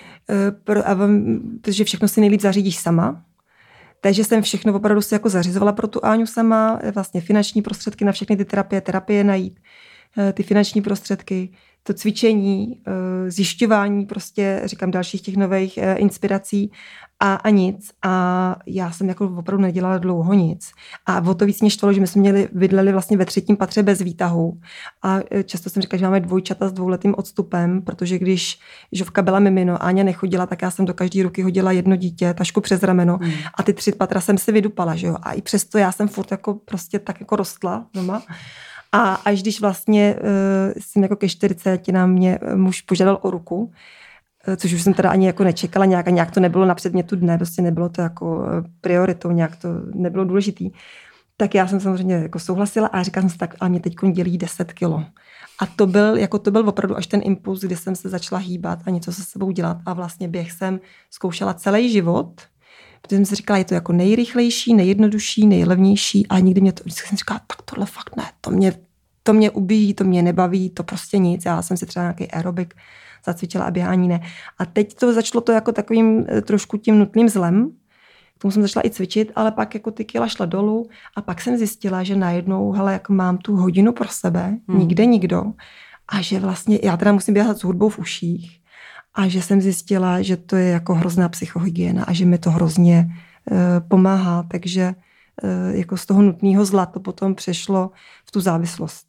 protože všechno si nejlíp zařídíš sama. Takže jsem všechno opravdu si jako zařizovala pro tu Áňu sama, vlastně finanční prostředky na všechny ty terapie, terapie najít, ty finanční prostředky, to cvičení, zjišťování prostě, říkám, dalších těch nových inspirací a, a nic. A já jsem jako opravdu nedělala dlouho nic. A o to víc mě štvalo, že my jsme měli, bydleli vlastně ve třetím patře bez výtahu. A často jsem říkala, že máme dvojčata s dvouletým odstupem, protože když Žovka byla mimino, Áňa nechodila, tak já jsem do každé ruky hodila jedno dítě, tašku přes rameno hmm. a ty tři patra jsem si vydupala, že jo. A i přesto já jsem furt jako prostě tak jako rostla doma. A až když vlastně uh, jsem jako ke čtyřiceti na mě muž požádal o ruku, uh, což už jsem teda ani jako nečekala, nějak, nějak to nebylo na předmětu dne, prostě nebylo to jako prioritou, nějak to nebylo důležitý, tak já jsem samozřejmě jako souhlasila a říkala jsem si tak, ale mě teď dělí deset kilo. A to byl, jako to byl opravdu až ten impuls, kdy jsem se začala hýbat a něco se sebou dělat a vlastně běh jsem zkoušela celý život, protože jsem si říkala, je to jako nejrychlejší, nejjednodušší, nejlevnější a nikdy mě to, vždycky jsem říkala, tak tohle fakt ne, to mě, to mě ubíjí, to mě nebaví, to prostě nic. Já jsem si třeba nějaký aerobik zacvičila a běhání ne. A teď to začalo to jako takovým trošku tím nutným zlem, k tomu jsem začala i cvičit, ale pak jako ty kila šla dolů a pak jsem zjistila, že najednou, hele, jak mám tu hodinu pro sebe, hmm. nikde nikdo a že vlastně, já teda musím běhat s hudbou v uších, a že jsem zjistila, že to je jako hrozná psychohygiena a že mi to hrozně uh, pomáhá. Takže uh, jako z toho nutného zla to potom přešlo v tu závislost.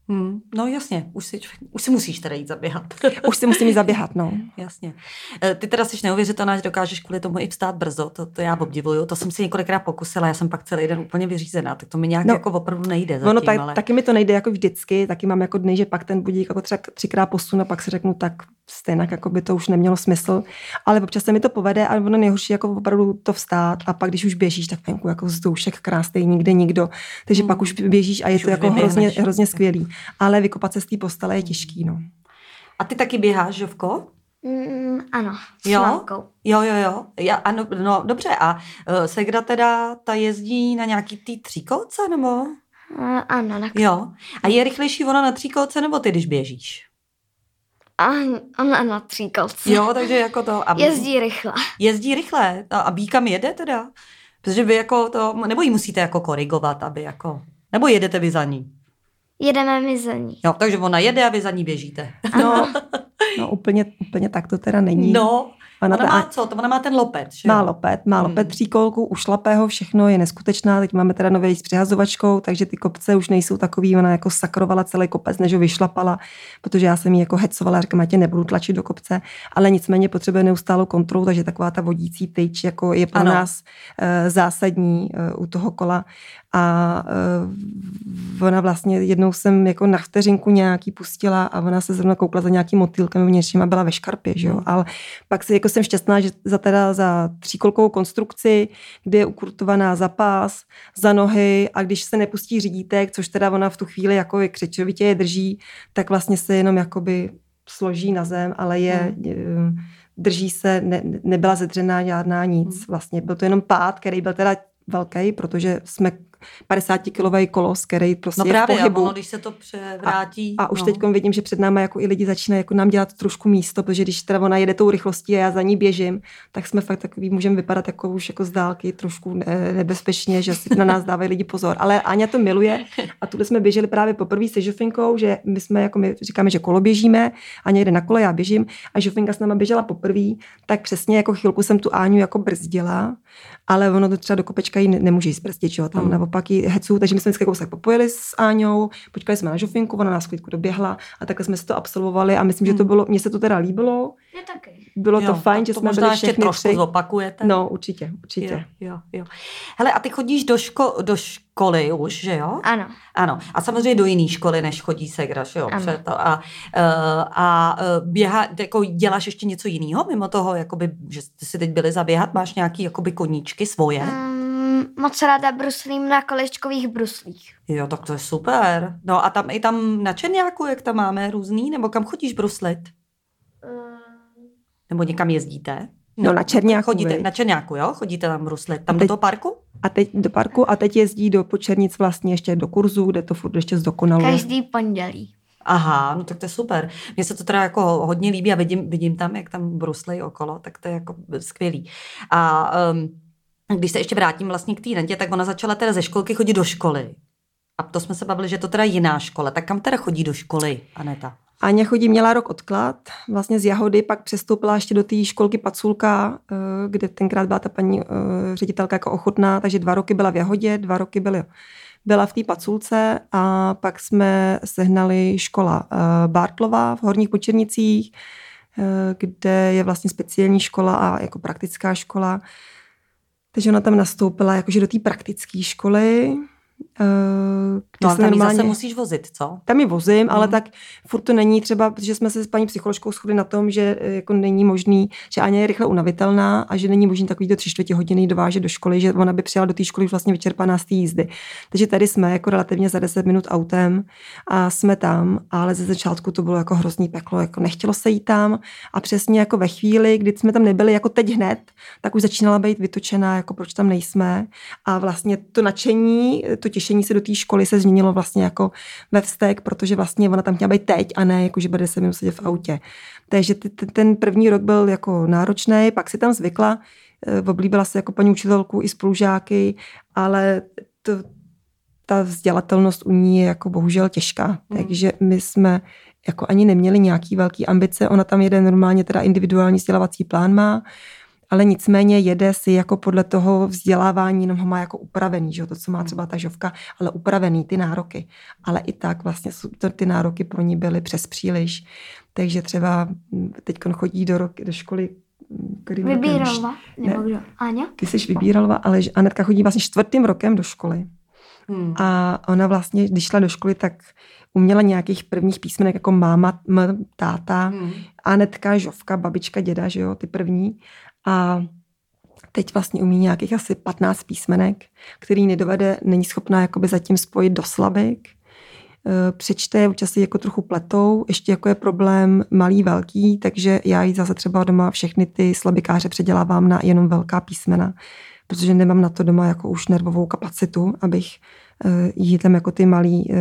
Hmm, no jasně, už si, už si musíš teda jít zaběhat. Už si musím jít zaběhat, no. Jasně. Ty teda jsi neuvěřitelná, že dokážeš kvůli tomu i vstát brzo, to, to já obdivuju, to jsem si několikrát pokusila, já jsem pak celý den úplně vyřízená, tak to mi nějak no, jako opravdu nejde zatím, ono tak, ale... taky mi to nejde jako vždycky, taky mám jako dny, že pak ten budík jako třeba třikrát posun a pak si řeknu, tak stejně jako by to už nemělo smysl, ale občas se mi to povede a ono nejhorší jako opravdu to vstát a pak když už běžíš, tak venku jako vzdoušek krásný, nikde nikdo, takže hmm. pak už běžíš a je to jako hrozně, hrozně skvělý, ale vykopat se z té postele je těžký, no. A ty taky běháš, Žovko? Mm, ano, s jo? mamkou. Jo, jo, jo. Já, ano, no dobře, a uh, Segra teda ta jezdí na nějaký tý tříkolce, nebo? Uh, ano, na Jo. A je rychlejší ona na tříkolce, nebo ty, když běžíš? A ona na tříkolce. Jo, takže jako to... A jezdí rychle. Jezdí rychle. A, a Bíkam jede teda? Protože vy jako to... Nebo ji musíte jako korigovat, aby jako... Nebo jedete vy za ní? Jedeme my za ní. Jo, takže ona jede a vy za ní běžíte. No, no úplně, úplně tak to teda není. No, ona, ona ta, má co? To ona má ten lopet, že? Má lopet, má lopet, hmm. tříkolku, ušlapého, všechno je neskutečná. Teď máme teda nový s přehazovačkou, takže ty kopce už nejsou takový, ona jako sakrovala celý kopec, než ho vyšlapala, protože já jsem jí jako hecovala a říkám, já tě nebudu tlačit do kopce, ale nicméně potřebuje neustálou kontrolu, takže taková ta vodící tyč jako je pro ano. nás e, zásadní e, u toho kola. A uh, ona vlastně jednou jsem jako na vteřinku nějaký pustila a ona se zrovna koukla za nějakým motýlkem v něčím a byla ve škarpě, že jo. Mm. Ale pak si jako jsem šťastná, že za teda za tříkolkovou konstrukci, kde je ukurtovaná za pás, za nohy a když se nepustí řídítek, což teda ona v tu chvíli jako je křečovitě je drží, tak vlastně se jenom jakoby složí na zem, ale je... Mm. drží se, ne, nebyla zedřená žádná nic. Vlastně byl to jenom pád, který byl teda velký, protože jsme padesátikilový kolos, který prostě no je právě, v pohybu. Ono, když se to převrátí. A, a už no. teď vidím, že před námi jako i lidi začínají jako nám dělat trošku místo, protože když teda ona jede tou rychlostí a já za ní běžím, tak jsme fakt takový, můžeme vypadat jako už jako z dálky trošku ne, nebezpečně, že si na nás dávají lidi pozor. Ale Áňa to miluje a tuhle jsme běželi právě poprvé se Žofinkou, že my jsme jako my říkáme, že kolo běžíme, Áňa jede na kole, já běžím a Žofinka s náma běžela poprvé, tak přesně jako chvilku jsem tu Áňu jako brzdila, ale ono to třeba do kopečka jí nemůže jí zbrzdit, jo, tam hmm. naopak jí hecu, takže my jsme vždycky kousek popojili s Áňou, počkali jsme na Žofinku, ona nás klidku doběhla a takhle jsme si to absolvovali a myslím, hmm. že to bylo, mně se to teda líbilo. Mě taky. Bylo jo, to fajn, že to jsme možná byli ještě všechny trošku tři. zopakujete. No, určitě, určitě. Jo, jo, jo. Hele, a ty chodíš do, ško- do školy už, že jo? Ano. Ano. A samozřejmě do jiné školy, než chodí Segra, že jo? To, a, a běhá, jako děláš ještě něco jiného mimo toho, jakoby, že jste si teď byli zaběhat? Máš nějaký jakoby koníčky svoje? Um, moc ráda bruslím na kolečkových bruslích. Jo, tak to je super. No a tam i tam na Čerňáku, jak tam máme různý, nebo kam chodíš bruslit? Um... Nebo někam jezdíte? No na Čerňáku. Chodíte na Čerňáku, jo? Chodíte tam bruslit. Tam teď, do toho parku? A teď do parku a teď jezdí do Počernic vlastně ještě do kurzu, kde to furt ještě zdokonaluje. Každý pondělí. Aha, no tak to je super. Mně se to teda jako hodně líbí a vidím, vidím tam, jak tam bruslej okolo, tak to je jako skvělý. A um, když se ještě vrátím vlastně k té Nentě, tak ona začala teda ze školky chodit do školy. A to jsme se bavili, že to teda jiná škola. Tak kam teda chodí do školy, Aneta? Áňa chodí, měla rok odklad, vlastně z Jahody, pak přestoupila ještě do té školky Paculka, kde tenkrát byla ta paní ředitelka jako ochotná, takže dva roky byla v Jahodě, dva roky byly, byla v té Paculce a pak jsme sehnali škola Bartlova v Horních Počernicích, kde je vlastně speciální škola a jako praktická škola. Takže ona tam nastoupila jakože do té praktické školy. Uh, no a tam normálně... zase musíš vozit, co? Tam ji vozím, mm. ale tak furt to není třeba, protože jsme se s paní psycholožkou shodli na tom, že jako není možný, že Áňa je rychle unavitelná a že není možný takový do tři čtvrtě hodiny dovážet do školy, že ona by přijela do té školy vlastně vyčerpaná z té jízdy. Takže tady jsme jako relativně za deset minut autem a jsme tam, ale ze začátku to bylo jako hrozný peklo, jako nechtělo se jít tam a přesně jako ve chvíli, kdy jsme tam nebyli jako teď hned, tak už začínala být vytočená, jako proč tam nejsme a vlastně to nadšení, to těšení se do té školy se změnilo vlastně jako ve vztek, protože vlastně ona tam chtěla být teď a ne jako, že bude deset minut sedět v autě. Takže ten první rok byl jako náročný, pak si tam zvykla, oblíbila se jako paní učitelku i spolužáky, ale to, ta vzdělatelnost u ní je jako bohužel těžká. Mm. Takže my jsme jako ani neměli nějaký velký ambice, ona tam jede normálně teda individuální vzdělávací plán má, ale nicméně jede si jako podle toho vzdělávání, jenom ho má jako upravený, že jo, to, co má třeba ta Žovka, ale upravený ty nároky. Ale i tak vlastně ty nároky pro ní byly přes příliš. Takže třeba teď chodí do, roky, do školy. Vybíralova? Nebo kdo? Áňa? Ty jsi Vybíralova, ale Anetka chodí vlastně čtvrtým rokem do školy. Hmm. A ona vlastně, když šla do školy, tak uměla nějakých prvních písmenek jako máma, m, táta, hmm. Anetka, Žovka, babička, děda, že jo, ty první. A teď vlastně umí nějakých asi patnáct písmenek, který nedovede, není schopná jakoby zatím spojit do slabik. Přečte, občas si jako trochu pletou, ještě jako je problém malý, velký, takže já jí zase třeba doma všechny ty slabikáře předělávám na jenom velká písmena, protože nemám na to doma jako už nervovou kapacitu, abych jí tam jako ty malý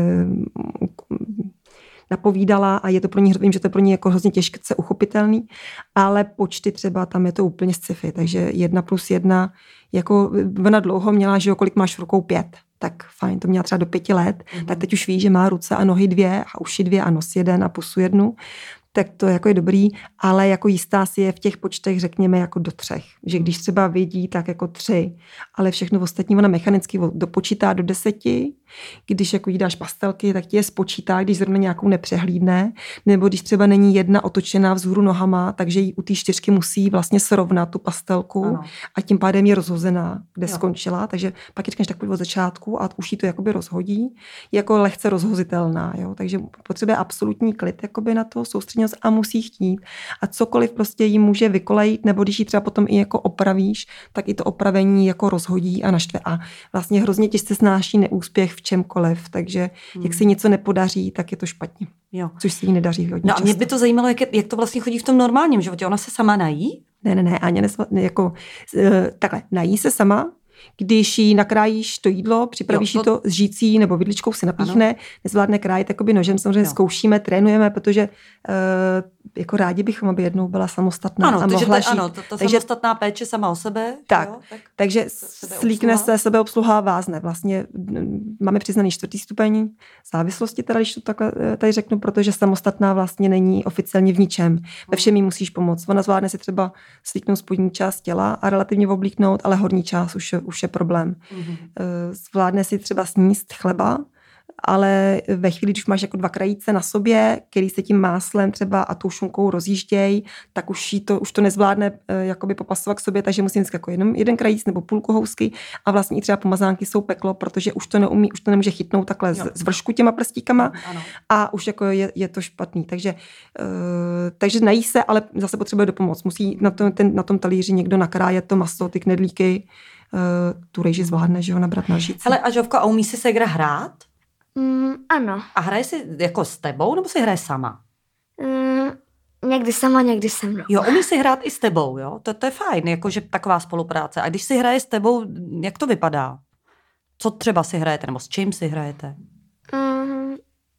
napovídala a je to pro ní, vím, že to je pro ní jako hrozně těžce uchopitelný, ale počty třeba tam je to úplně sci-fi, takže jedna plus jedna, jako ona dlouho měla, že jo, kolik máš v rukou pět, tak fajn, to měla třeba do pěti let, mm-hmm. tak teď už ví, že má ruce a nohy dvě a uši dvě a nos jeden a pusu jednu, tak to jako je dobrý, ale jako jistá si je v těch počtech, řekněme, jako do třech. Že když třeba vidí, tak jako tři, ale všechno ostatní ona mechanicky dopočítá do deseti, když jako jí dáš pastelky, tak ti je spočítá, když zrovna nějakou nepřehlídne, nebo když třeba není jedna otočená vzhůru nohama, takže jí u té čtyřky musí vlastně srovnat tu pastelku ano. a tím pádem je rozhozená, kde jo. skončila, takže pak je tak od začátku a už jí to jakoby rozhodí, je jako lehce rozhozitelná, jo? Takže potřebuje absolutní klid jakoby na to, soustředěnost a musí chtít. A cokoliv prostě jí může vykolejit, nebo když ji třeba potom i jako opravíš, tak i to opravení jako rozhodí a naštve. A vlastně hrozně těžce snáší neúspěch v čemkoliv, takže hmm. jak se něco nepodaří, tak je to špatně. Jo. Což se jí nedaří hodně No a mě často. by to zajímalo, jak, je, jak to vlastně chodí v tom normálním životě. Ona se sama nají? Ne, ne, ne, Áňa nesva, ne, jako takhle, nají se sama, když jí nakrájíš to jídlo, připravíš jo, to... jí to s žící nebo vidličkou si napíchne, ano. nezvládne krájet jakoby nožem, samozřejmě jo. zkoušíme, trénujeme, protože uh, jako rádi bychom, aby jednou byla samostatná ano, a mohla žít. Ano, to, to takže, samostatná péče sama o sebe. Tak, jo, tak takže slíkne se, sebeobsluha vázne. Vlastně máme přiznaný čtvrtý stupeň závislosti, teda, když to takhle tady řeknu, protože samostatná vlastně není oficiálně v ničem. Ve všem jí musíš pomoct. Ona zvládne si třeba slíknout spodní část těla a relativně oblíknout, ale horní část už je, už je problém. Mm-hmm. Zvládne si třeba sníst chleba, ale ve chvíli, když máš jako dva krajíce na sobě, který se tím máslem třeba a tou šunkou rozjíždějí, tak už, to, už to nezvládne jakoby popasovat k sobě, takže musím vždycky jako jenom jeden krajíc nebo půlku housky a vlastně i třeba pomazánky jsou peklo, protože už to neumí, už to nemůže chytnout takhle z, z vršku těma prstíkama ano. a už jako je, je to špatný. Takže, uh, takže nají se, ale zase potřebuje dopomoc. Musí na tom, ten, na tom talíři někdo nakrájet to maso, ty knedlíky, uh, tu rejži zvládne, že ho nabrat na lžíci. Hele, a Žovko, a umí si ségra hrát? Mm, ano. A hraje si jako s tebou, nebo si hraje sama? Mm, někdy sama, někdy se mnou. Jo, umí si hrát i s tebou, jo? To, to je fajn, jakože taková spolupráce. A když si hraje s tebou, jak to vypadá? Co třeba si hrajete, nebo s čím si hrajete? Mm,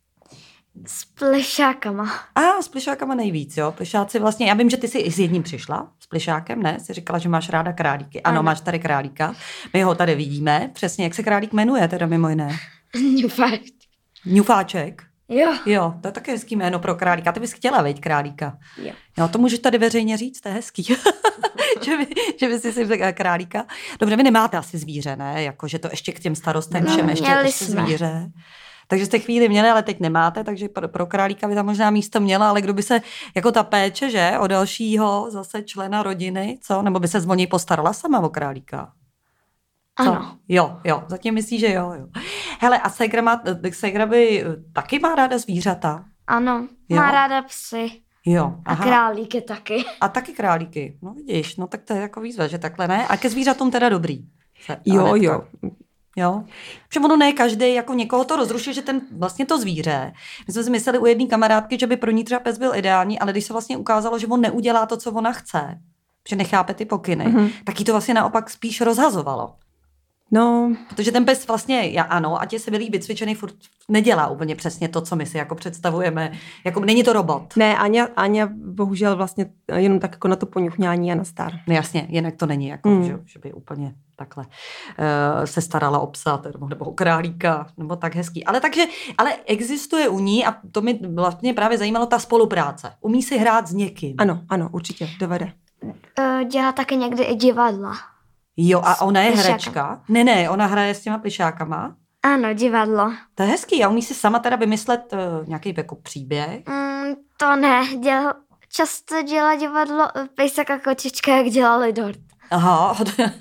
s plišákama. A s plišákama nejvíc, jo? Plišáci vlastně, já vím, že ty jsi i s jedním přišla, s plišákem, ne? Jsi říkala, že máš ráda králíky. Ano, ano, máš tady králíka. My ho tady vidíme. Přesně, jak se králík jmenuje, teda mimo jiné? Ňufáček. Ňufáček? Jo. Jo, to je také hezký jméno pro králíka. Ty bys chtěla, veď, králíka. Jo. Jo, to můžeš tady veřejně říct, to je hezký. že, by, že by si si vzala králíka. Dobře, vy nemáte asi zvíře, ne? Jako, že to ještě k těm starostem všem no, ještě, ještě zvíře. Takže jste chvíli měli, ale teď nemáte, takže pro, pro králíka by tam možná místo měla, ale kdo by se, jako ta péče, že? O dalšího zase člena rodiny, co? Nebo by se o něj postarala sama o králíka? Co? Ano. Jo, jo, zatím myslíš, že jo, jo. Hele, a ségra, má, ségra by taky má ráda zvířata? Ano, má jo? ráda psy. Jo, aha. A králíky taky. A taky králíky, no vidíš, no tak to je jako výzva, že takhle ne. A ke zvířatům teda dobrý. Se, jo, jo. Jo, protože ono ne každý, jako někoho to rozruší, že ten vlastně to zvíře. My jsme si mysleli u jedné kamarádky, že by pro ní třeba pes byl ideální, ale když se vlastně ukázalo, že on neudělá to, co ona chce, že nechápe ty pokyny, mm-hmm. tak jí to vlastně naopak spíš rozhazovalo. No, protože ten pes vlastně, já ano, ať je se vylíbí cvičený, furt nedělá úplně přesně to, co my si jako představujeme. Jako není to robot. Ne, Aňa, Aňa bohužel vlastně jenom tak jako na to poňuchňání a na star. No jasně, jinak to není jako, mm. že, že by úplně takhle uh, se starala o psa, nebo, nebo o králíka, nebo tak hezký. Ale takže, ale existuje u ní, a to mi vlastně právě zajímalo, ta spolupráce. Umí si hrát s někým. Ano, ano, určitě, dovede. uh, dělá taky někdy i divadla. Jo, a ona je Plišáka. herečka? Ne, ne, ona hraje s těma plišákama. Ano, divadlo. To je hezký a umí si sama teda vymyslet uh, nějaký jako příběh. Mm, to ne, děl, často dělá divadlo uh, Pejsek a kočička, jak dělali dort. Aha,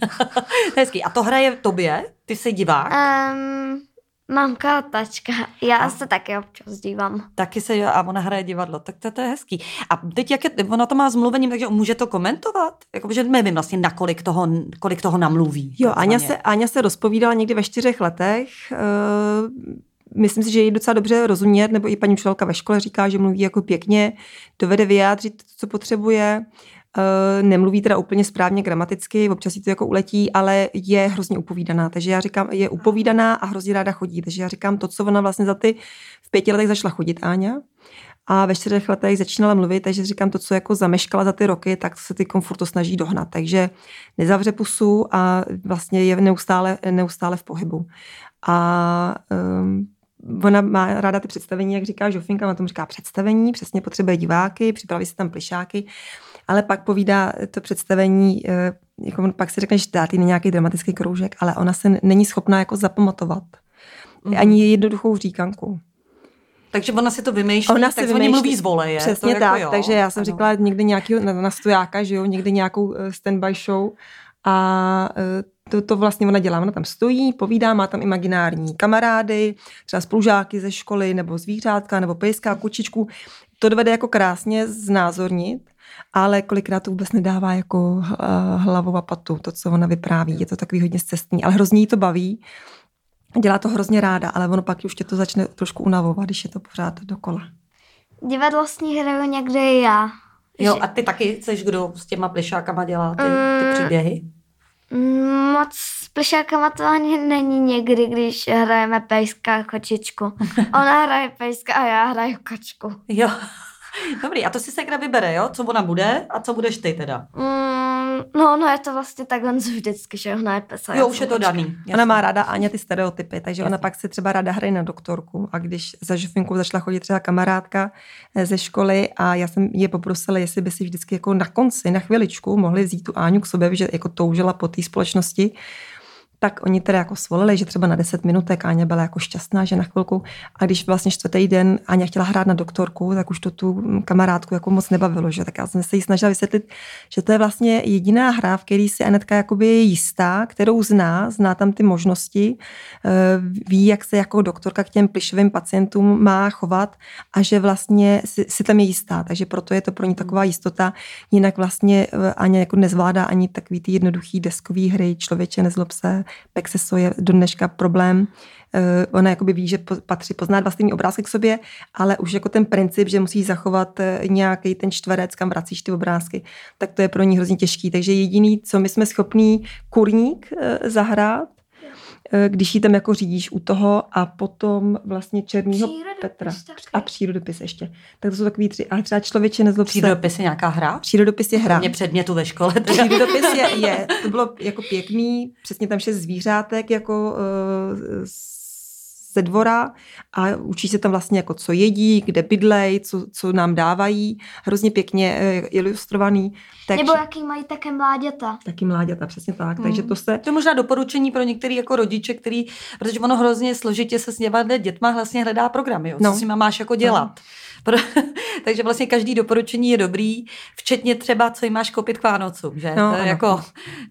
hezký. A to hraje tobě? Ty jsi divák? Um, mamka a tačka. Já a. se taky občas dívám. Taky se, a ona hraje divadlo, tak to, to je hezký. A teď jak je, ona to má s mluvením, takže může to komentovat? Jakože nevím vlastně, na kolik toho, kolik toho namluví. Jo, Aňa se, Aňa se rozpovídala někdy ve čtyřech letech. Uh, myslím si, že jí docela dobře rozumět, nebo i paní učitelka ve škole říká, že mluví jako pěkně, dovede vyjádřit to, co potřebuje. Uh, nemluví teda úplně správně gramaticky, občas jí to jako uletí, ale je hrozně upovídaná, takže já říkám, je upovídaná a hrozně ráda chodí, takže já říkám to, co ona vlastně za ty v pěti letech začala chodit, Áňa, a ve čtyřech letech začínala mluvit, takže říkám to, co jako zameškala za ty roky, tak se ty furt to snaží dohnat, takže nezavře pusu a vlastně je neustále, neustále v pohybu. A um, ona má ráda ty představení, jak říká Žofinka, ona tomu říká představení, přesně potřebuje diváky, připraví se tam plišáky, ale pak povídá to představení, jako pak si řekne, že dá na nějaký dramatický kroužek, ale ona se není schopná jako zapamatovat. Mm. Ani jednoduchou říkanku. Takže ona si to vymýšlí, ona tak oni mluví z voleje. Přesně to tak, jako takže já jsem ano. říkala někde nějaký na, na stojáka, že jo, někde nějakou stand-by show a to, to vlastně ona dělá. Ona tam stojí, povídá, má tam imaginární kamarády, třeba spolužáky ze školy, nebo zvířátka, nebo pejská, kočičku. To dovede jako krásně znázornit, ale kolikrát to vůbec nedává jako hlavu a patu, to, co ona vypráví. Je to takový hodně zcestný, ale hrozně jí to baví. Dělá to hrozně ráda, ale ono pak už tě to začne trošku unavovat, když je to pořád dokola. Divadlo s ní hraju někde i já. Jo, a ty taky seš, kdo s těma plišákama dělá ty, ty příběhy? Moc s plišákama to ani není někdy, když hrajeme pejska a kočičku. Ona hraje pejska a já hraju kočku. Jo, dobrý. A to si sekra vybere, jo? Co ona bude a co budeš ty teda? Mm, no, no je to vlastně takhle vždycky, že ona je pes. Jo, už je to daný. Jasný. Ona má ráda Áňa ty stereotypy, takže jasný. Ona pak se třeba ráda hraje na doktorku a když za Žofinkou začala chodit třeba kamarádka ze školy a já jsem je poprosila, jestli by si vždycky jako na konci, na chviličku mohli vzít tu Áňu k sobě, že jako toužila po té společnosti, tak oni teda jako svolili, že třeba na deset minutek Áňa byla jako šťastná, že na chvilku. A když vlastně čtvrtý den Áňa chtěla hrát na doktorku, tak už to tu kamarádku jako moc nebavilo, že? Tak já jsem se jí snažila vysvětlit, že to je vlastně jediná hra, v který si Anetka jakoby je jistá, kterou zná, zná tam ty možnosti, ví, jak se jako doktorka k těm plišovým pacientům má chovat a že vlastně si, si tam je jistá, takže proto je to pro ní taková jistota. Jinak vlastně Áňa jako nezvládá ani takový ty jednoduchý deskový hry, člověče nezlob se, Pexeso je do dneška problém. Uh, ona jakoby ví, že patří poznat vlastní obrázky k sobě, ale už jako ten princip, že musí zachovat nějaký ten čtverec, kam vracíš ty obrázky, tak to je pro ní hrozně těžký. Takže jediný, co my jsme schopní kurník uh, zahrát, uh, když jí tam jako řídíš u toho a potom vlastně Černýho Petra a přírodopis ještě. Tak to jsou takový tři. Ale třeba člověče nezlob se. Přírodopis je nějaká hra? Přírodopis je hra. Mě předmětu ve škole. Přírodopis je, je, to bylo jako pěkný, přesně tam šest zvířátek jako uh, ze dvora a učí se tam vlastně jako co jedí, kde bydlej, co, co nám dávají. Hrozně pěkně uh, ilustrovaný. Takže, nebo jaký mají také mláďata. Taky mláďata, přesně tak. Hmm. Takže to se... To je možná doporučení pro některý jako rodiče, který, protože ono hrozně složitě se s něma dětma vlastně hledá programy, jo, co no. s nima máš jako dělat. No. Takže vlastně každý doporučení je dobrý, včetně třeba, co jim máš koupit k Vánocům, že? No, to je ano. jako,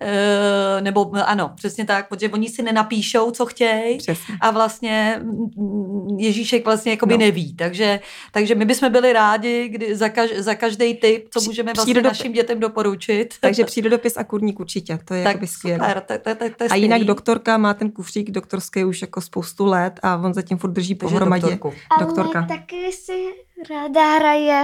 e, nebo ano, přesně tak, protože oni si nenapíšou, co chtějí a vlastně Ježíšek vlastně jakoby no. neví, takže, takže my bychom byli rádi kdy, za, kaž, za každý tip, co můžeme vlastně Přírodop... našim dětem doporučit. Takže přírodopis a kurník určitě, to je jakoby skvělé. A jinak doktorka má ten kufřík doktorský už jako spoustu let a on zatím furt drží pohromadě. Doktorka. Ale taky si ráda hraje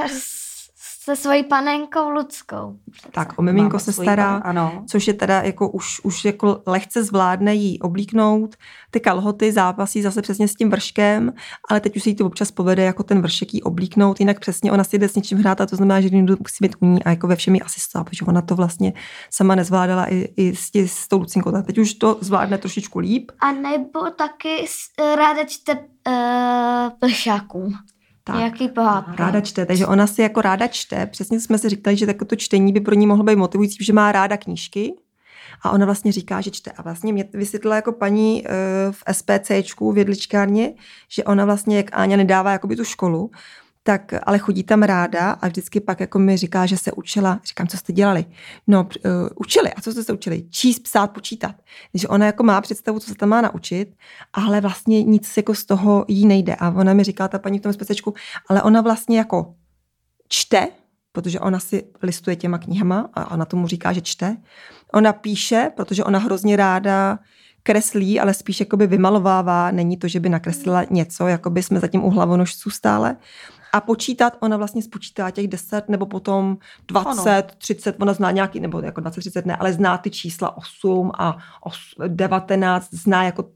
se svojí panenkou Luckou. Tak, o miminko se stará, ano. Což je teda jako už, už jako lehce zvládne jí oblíknout. Ty kalhoty zápasí zase přesně s tím vrškem, ale teď už se jí to občas povede jako ten vršek jí oblíknout, jinak přesně ona si jde s něčím hrát a to znamená, že někdo musí být u ní a jako ve všem jí asistovat, protože ona to vlastně sama nezvládala i, i s, tě, s tou Lucinkou. Tak teď už to zvládne trošičku líp. A nebo taky ráda čte uh, plišákům. Tak. Jaký pohádky? Ráda čte, takže ona si jako ráda čte. Přesně jsme si říkali, že takové to čtení by pro ní mohlo být motivující, protože má ráda knížky. A ona vlastně říká, že čte. A vlastně mě vysvětlila jako paní v SPCčku v jedličkárně, že ona vlastně, jak Áňa nedává jakoby tu školu, tak ale chodí tam ráda a vždycky pak jako mi říká, že se učila. Říkám, co jste dělali? No, uh, učili. A co jste se učili? Číst, psát, počítat. Takže ona jako má představu, co se tam má naučit, ale vlastně nic jako z toho jí nejde. A ona mi říká, ta paní v tom SPCčku, ale ona vlastně jako čte, protože ona si listuje těma knihama a ona tomu říká, že čte. Ona píše, protože ona hrozně ráda kreslí, ale spíš jakoby vymalovává. Není to, že by nakreslila něco, jakoby jsme zatím u hlavonožců stále. A počítat, ona vlastně spočítá těch deset nebo potom dvacet, ano. třicet, ona zná nějaký, nebo jako dvacet, třicet ne, ale zná ty čísla osm a devatenáct, zná jako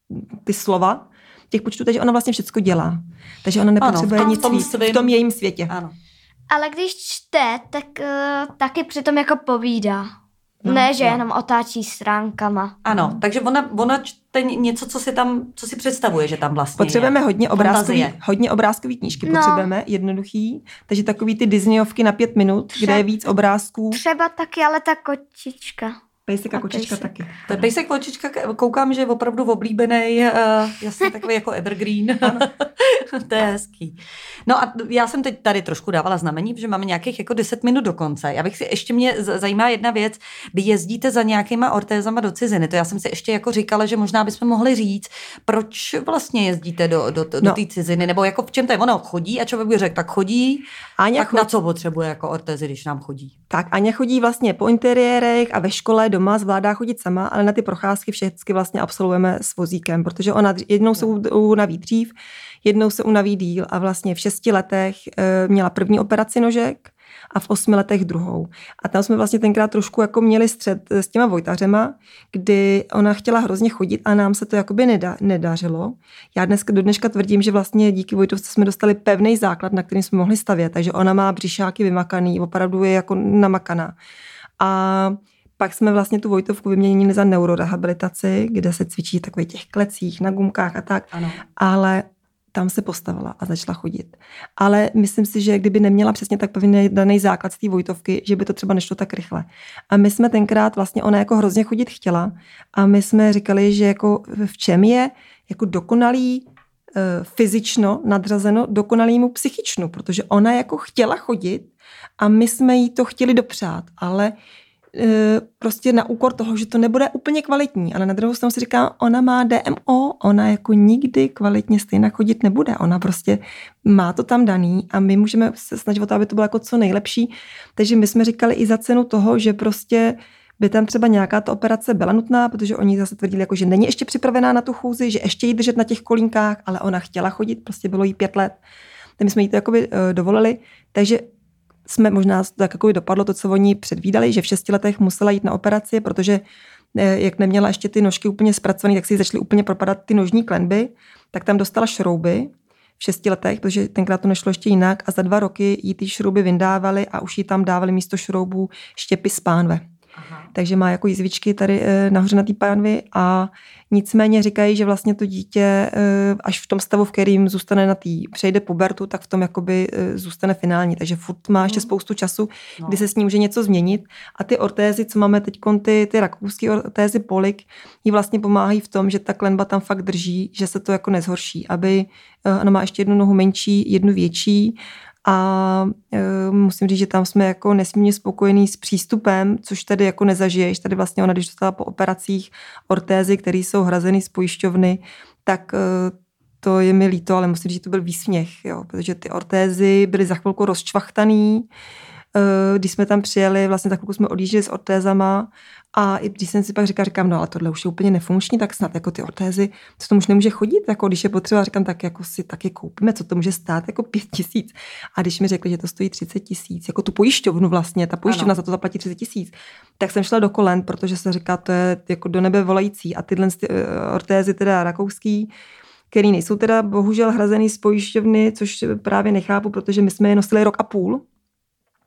ty slova těch počtů, takže ona vlastně všecko dělá. Takže ona nepotřebuje ano, nic víc svým... v tom jejím světě. Ano. Ale když čte, tak uh, taky přitom jako povídá. No, ne, že no. jenom otáčí stránkama. Ano, takže ona, ona čte něco, co si tam, co si představuje, že tam vlastně potřebujeme je. hodně obrázkový, hodně obrázkový knížky, no. potřebujeme, jednoduchý, takže takový ty Disneyovky na pět minut, Tře- kde je víc obrázků. Třeba taky, ale ta kočička. Pejsek a kočička taky. To je Pejsek, kočička, koukám, že je opravdu oblíbený, uh, jasně takový jako evergreen. To je hezký. No a já jsem teď tady trošku dávala znamení, že máme nějakých jako deset minut do konce. Já bych si ještě mě zajímá jedna věc, vy jezdíte za nějakýma ortézama do ciziny. To já jsem si ještě jako říkala, že možná bychom mohli říct, proč vlastně jezdíte do, do, do, no. do té ciziny, nebo jako v čem to je? Ono chodí a člověk by řekl, tak chodí, Aňa tak chodí. Na co potřebuje jako ortézy, když nám chodí? Tak Aňa chodí vlastně po interiérech a ve škole doma zvládá chodit sama, ale na ty procházky všechny vlastně absolvujeme s vozíkem, protože ona jednou se unaví dřív, jednou se unaví díl a vlastně v šesti letech e, měla první operaci nožek a v osmi letech druhou. A tam jsme vlastně tenkrát trošku jako měli střed s těma vojtařema, kdy ona chtěla hrozně chodit a nám se to jakoby neda, nedařilo. Já dneska do dneška tvrdím, že vlastně díky Vojtovce jsme dostali pevný základ, na kterým jsme mohli stavět, takže ona má břišáky vymakaný, opravdu je jako namakaná. A pak jsme vlastně tu Vojtovku vyměnili za neurorehabilitaci, kde se cvičí v takových těch klecích, na gumkách a tak. Ano. Ale tam se postavila a začala chodit. Ale myslím si, že kdyby neměla přesně tak pevný daný základ z té Vojtovky, že by to třeba nešlo tak rychle. A my jsme tenkrát vlastně, ona jako hrozně chodit chtěla a my jsme říkali, že jako v čem je jako dokonalý fyzično nadřazeno dokonalýmu psychičnu, protože ona jako chtěla chodit a my jsme jí to chtěli dopřát, ale prostě na úkor toho, že to nebude úplně kvalitní, ale na druhou stranu si říká, ona má D M O, ona jako nikdy kvalitně stejně chodit nebude, ona prostě má to tam daný a my můžeme se snažit o to, aby to bylo jako co nejlepší, takže my jsme říkali i za cenu toho, že prostě by tam třeba nějaká ta operace byla nutná, protože oni zase tvrdili, jako, že není ještě připravená na tu chůzi, že ještě jí držet na těch kolínkách, ale ona chtěla chodit, prostě bylo jí pět let, tak my jsme jí to jakoby uh, dovolili, takže jsme možná tak jako dopadlo to, co oni předvídali, že v šesti letech musela jít na operaci, protože jak neměla ještě ty nožky úplně zpracované, tak si začaly úplně propadat ty nožní klenby, tak tam dostala šrouby v šesti letech, protože tenkrát to nešlo ještě jinak a za dva roky jí ty šrouby vyndávali a už jí tam dávali místo šroubů štěpy z pánve. Aha. Takže má jako jizvičky tady e, nahoře na té pánvi a nicméně říkají, že vlastně to dítě e, až v tom stavu, v kterým zůstane na té, přejde pubertu, tak v tom jakoby e, zůstane finální, takže furt má ještě spoustu času, no. kdy se s ní může něco změnit a ty ortézy, co máme teď, ty, ty rakouské ortézy Polik, jí vlastně pomáhají v tom, že ta klenba tam fakt drží, že se to jako nezhorší, aby e, ona má ještě jednu nohu menší, jednu větší. A e, musím říct, že tam jsme jako nesmírně spokojení s přístupem, což tady jako nezažiješ. Tady vlastně ona, když dostala po operacích ortézy, které jsou hrazeny z pojišťovny, tak e, to je mi líto, ale musím říct, že to byl výsměch, jo, protože ty ortézy byly za chvilku rozčvachtaný. E, když jsme tam přijeli, vlastně za chvilku jsme odjížděli s ortézama a i když jsem si pak říkala, říkám, no ale tohle už je úplně nefunkční, tak snad jako ty ortézy, co to už nemůže chodit, jako když je potřeba, říkám, tak jako si taky koupíme, co to může stát, jako pět tisíc. A když mi řekli, že to stojí třicet tisíc, jako tu pojišťovnu vlastně, ta pojišťovna ano. za to zaplatí třicet tisíc, tak jsem šla do kolen, protože se říká, to je jako do nebe volající a tyhle ty ortézy teda rakouský, který nejsou teda bohužel hrazený z pojišťovny, což právě nechápu, protože my jsme je nosili rok a půl.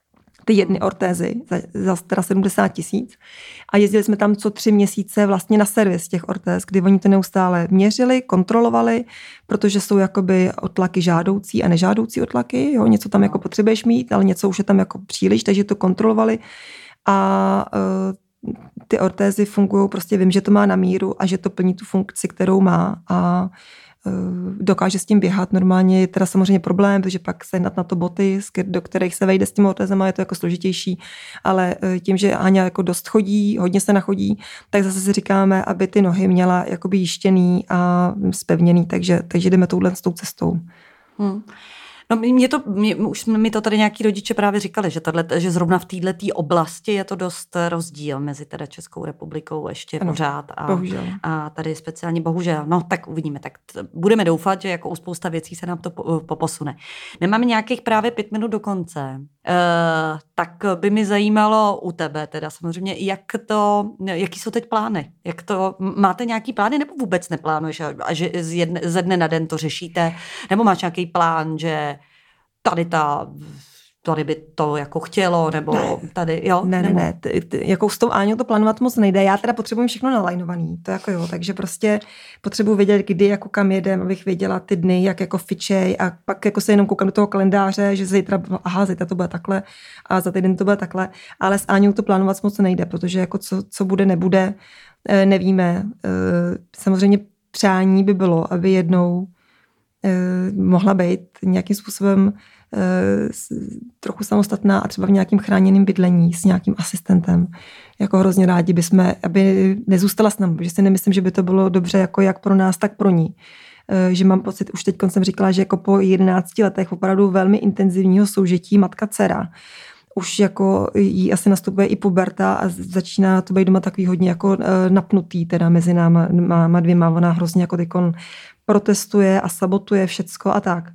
ty jedny ortézy za, za teda sedmdesát tisíc. A jezdili jsme tam co tři měsíce vlastně na servis těch ortéz, kdy oni to neustále měřili, kontrolovali, protože jsou jakoby otlaky žádoucí a nežádoucí otlaky. Jo? Něco tam jako potřebuješ mít, ale něco už je tam jako příliš, takže to kontrolovali. A uh, ty ortézy fungují, prostě vím, že to má na míru a že to plní tu funkci, kterou má. A dokáže s tím běhat. Normálně je teda samozřejmě problém, protože pak sehnat na to boty, do kterých se vejde s tím ortézama, je to jako složitější, ale tím, že Áňa jako dost chodí, hodně se nachodí, tak zase si říkáme, aby ty nohy měla jakoby jištěný a spevněný, takže, takže jdeme touhle s tou cestou. Hmm. No mě to, mě, už mi to tady nějaký rodiče právě říkali, že, tato, že zrovna v této oblasti je to dost rozdíl mezi teda Českou republikou ještě ano, pořád a, a tady speciálně bohužel. No tak uvidíme, tak t- budeme doufat, že jako u spousta věcí se nám to po, poposune. My máme nějakých právě pět minut do konce, e, tak by mi zajímalo u tebe teda samozřejmě, jak to, jaký jsou teď plány? Jak to, máte nějaký plány nebo vůbec neplánuješ a, a že z jedne, ze dne na den to řešíte? Nebo máš nějaký plán, že tady ta, tady by to jako chtělo, nebo tady, jo? Ne, nebo... ne, ne, t, t, jako s tou Áňou to plánovat moc nejde. Já teda potřebuji všechno nalajnovaný, to jako jo, takže prostě potřebuji vědět, kdy jako kam jedem, abych věděla ty dny, jak jako fičej a pak jako se jenom koukám do toho kalendáře, že zítra, aha, zítra to bude takhle a za týden to bude takhle, ale s Áňou to plánovat moc nejde, protože jako co, co bude, nebude, nevíme. Samozřejmě přání by bylo, aby jednou mohla být nějakým způsobem trochu samostatná a třeba v nějakém chráněném bydlení s nějakým asistentem. Jako hrozně rádi bychom, aby nezůstala s námi, protože si nemyslím, že by to bylo dobře jako jak pro nás, tak pro ní. Že mám pocit, už teď jsem říkala, že jako po jedenácti letech opravdu velmi intenzivního soužití matka-dcera, už jako jí asi nastupuje i puberta a začíná to být doma takový hodně jako napnutý teda mezi náma, máma dvěma, ona hrozně jako tykon protestuje a sabotuje všecko a tak.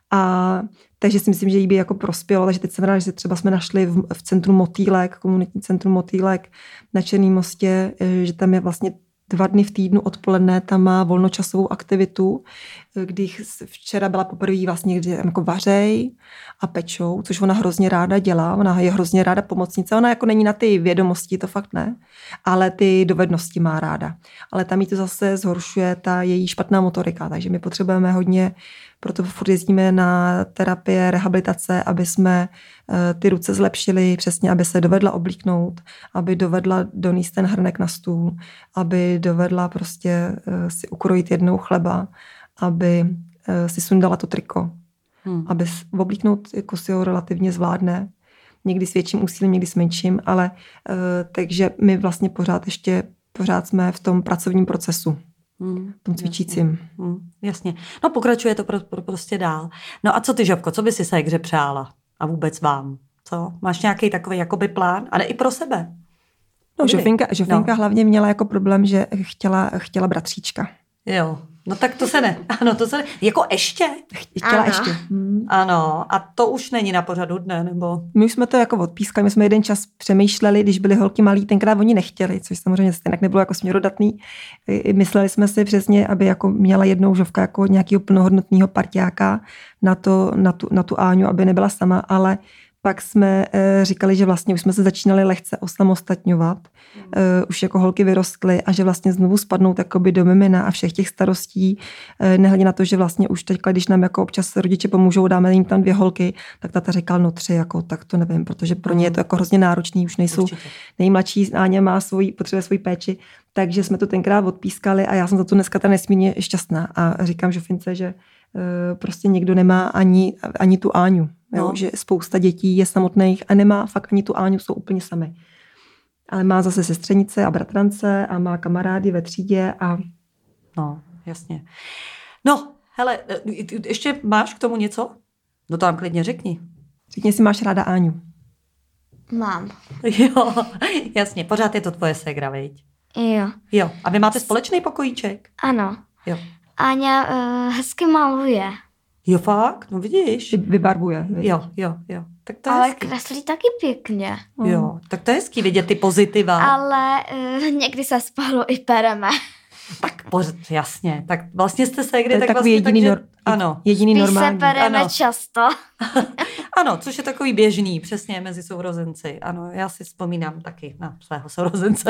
A takže si myslím, že jí by jako prospělo, takže teď jsem ráda, že třeba jsme našli v, v centru Motýlek, komunitní centrum Motýlek na Černém Mostě, že tam je vlastně dva dny v týdnu odpoledne, tam má volnočasovou aktivitu, kdy včera byla poprvé vlastně, kdy jako vařej a pečou, což ona hrozně ráda dělá, ona je hrozně ráda pomocnice, ona jako není na ty vědomosti, to fakt ne, ale ty dovednosti má ráda. Ale tam jí to zase zhoršuje ta její špatná motorika, takže my potřebujeme hodně, proto furt jezdíme na terapie, rehabilitace, aby jsme ty ruce zlepšili, přesně, aby se dovedla oblíknout, aby dovedla donést ten hrnek na stůl, aby dovedla prostě si ukrojit jednou chleba, aby si sundala to triko, hmm. aby oblíknout jako si ho relativně zvládne, někdy s větším úsilím, někdy s menším, ale takže my vlastně pořád ještě, pořád jsme v tom pracovním procesu. Hmm, tom cvičícím. Hmm, jasně. No pokračuje to pro, pro, prostě dál. No a co ty, Žovko, co by si se hře přála? A vůbec vám? Co? Máš nějaký takový jakoby plán? A ne i pro sebe? No, Žofinka, Žofinka no. hlavně měla jako problém, že chtěla, chtěla bratříčka. Jo. No tak to se ne. Ano, to se ne. Jako ještě? Chtěla ano. ještě. Hmm. Ano. A to už není na pořadu dne, nebo? My už jsme to jako odpískali. My jsme jeden čas přemýšleli, když byly holky malí, tenkrát oni nechtěli, což samozřejmě stejně nebylo jako směrodatný. Mysleli jsme si přesně, aby jako měla jednou Žovka jako nějakého plnohodnotného parťáka na, to, na, tu, na tu Áňu, aby nebyla sama, ale pak jsme e, říkali, že vlastně už jsme se začínali lehce osamostatňovat, e, už jako holky vyrostly a že vlastně znovu spadnou takoby do mimina a všech těch starostí, e, nehledě na to, že vlastně už teď, když nám jako občas rodiče pomůžou, dáme jim tam dvě holky, tak tata říkal, no tři, jako, tak to nevím, protože pro ně je to jako hrozně náročný, už nejsou Určitě. nejmladší, Áňa má svoji, potřebuje svoji péči, takže jsme to tenkrát odpískali a já jsem za to dneska ta nesmírně šťastná a říkám Žofince, že e, prostě někdo nemá ani, ani tu Áňu. Jo, no. Že spousta dětí je samotných a nemá fakt ani tu Áňu, jsou úplně sami. Ale má zase sestřenice a bratrance a má kamarády ve třídě a... No, jasně. No, hele, ještě máš k tomu něco? No to nám klidně řekni. Řekni, jestli máš ráda Áňu. Mám. Jo, jasně, pořád je to tvoje ségra, viď? Jo. Jo, a vy máte společný pokojíček? Ano. Jo. Áňa uh, hezky maluje. Jo, fakt? No vidíš. Vybarvuje. Vidíš. Jo, jo, jo. Tak to je ale hezký. kreslí taky pěkně. Jo, tak to je hezký vidět ty pozitiva. Ale uh, někdy se spolu i pereme. Tak pořád, jasně. Tak vlastně jste se kdy, To je tak takový vlastně jediný, tak, že, nor- ano. jediný Spíš normální. se pereme Ano. často. Ano, což je takový běžný, přesně mezi sourozenci. Ano, já si vzpomínám taky na svého sourozence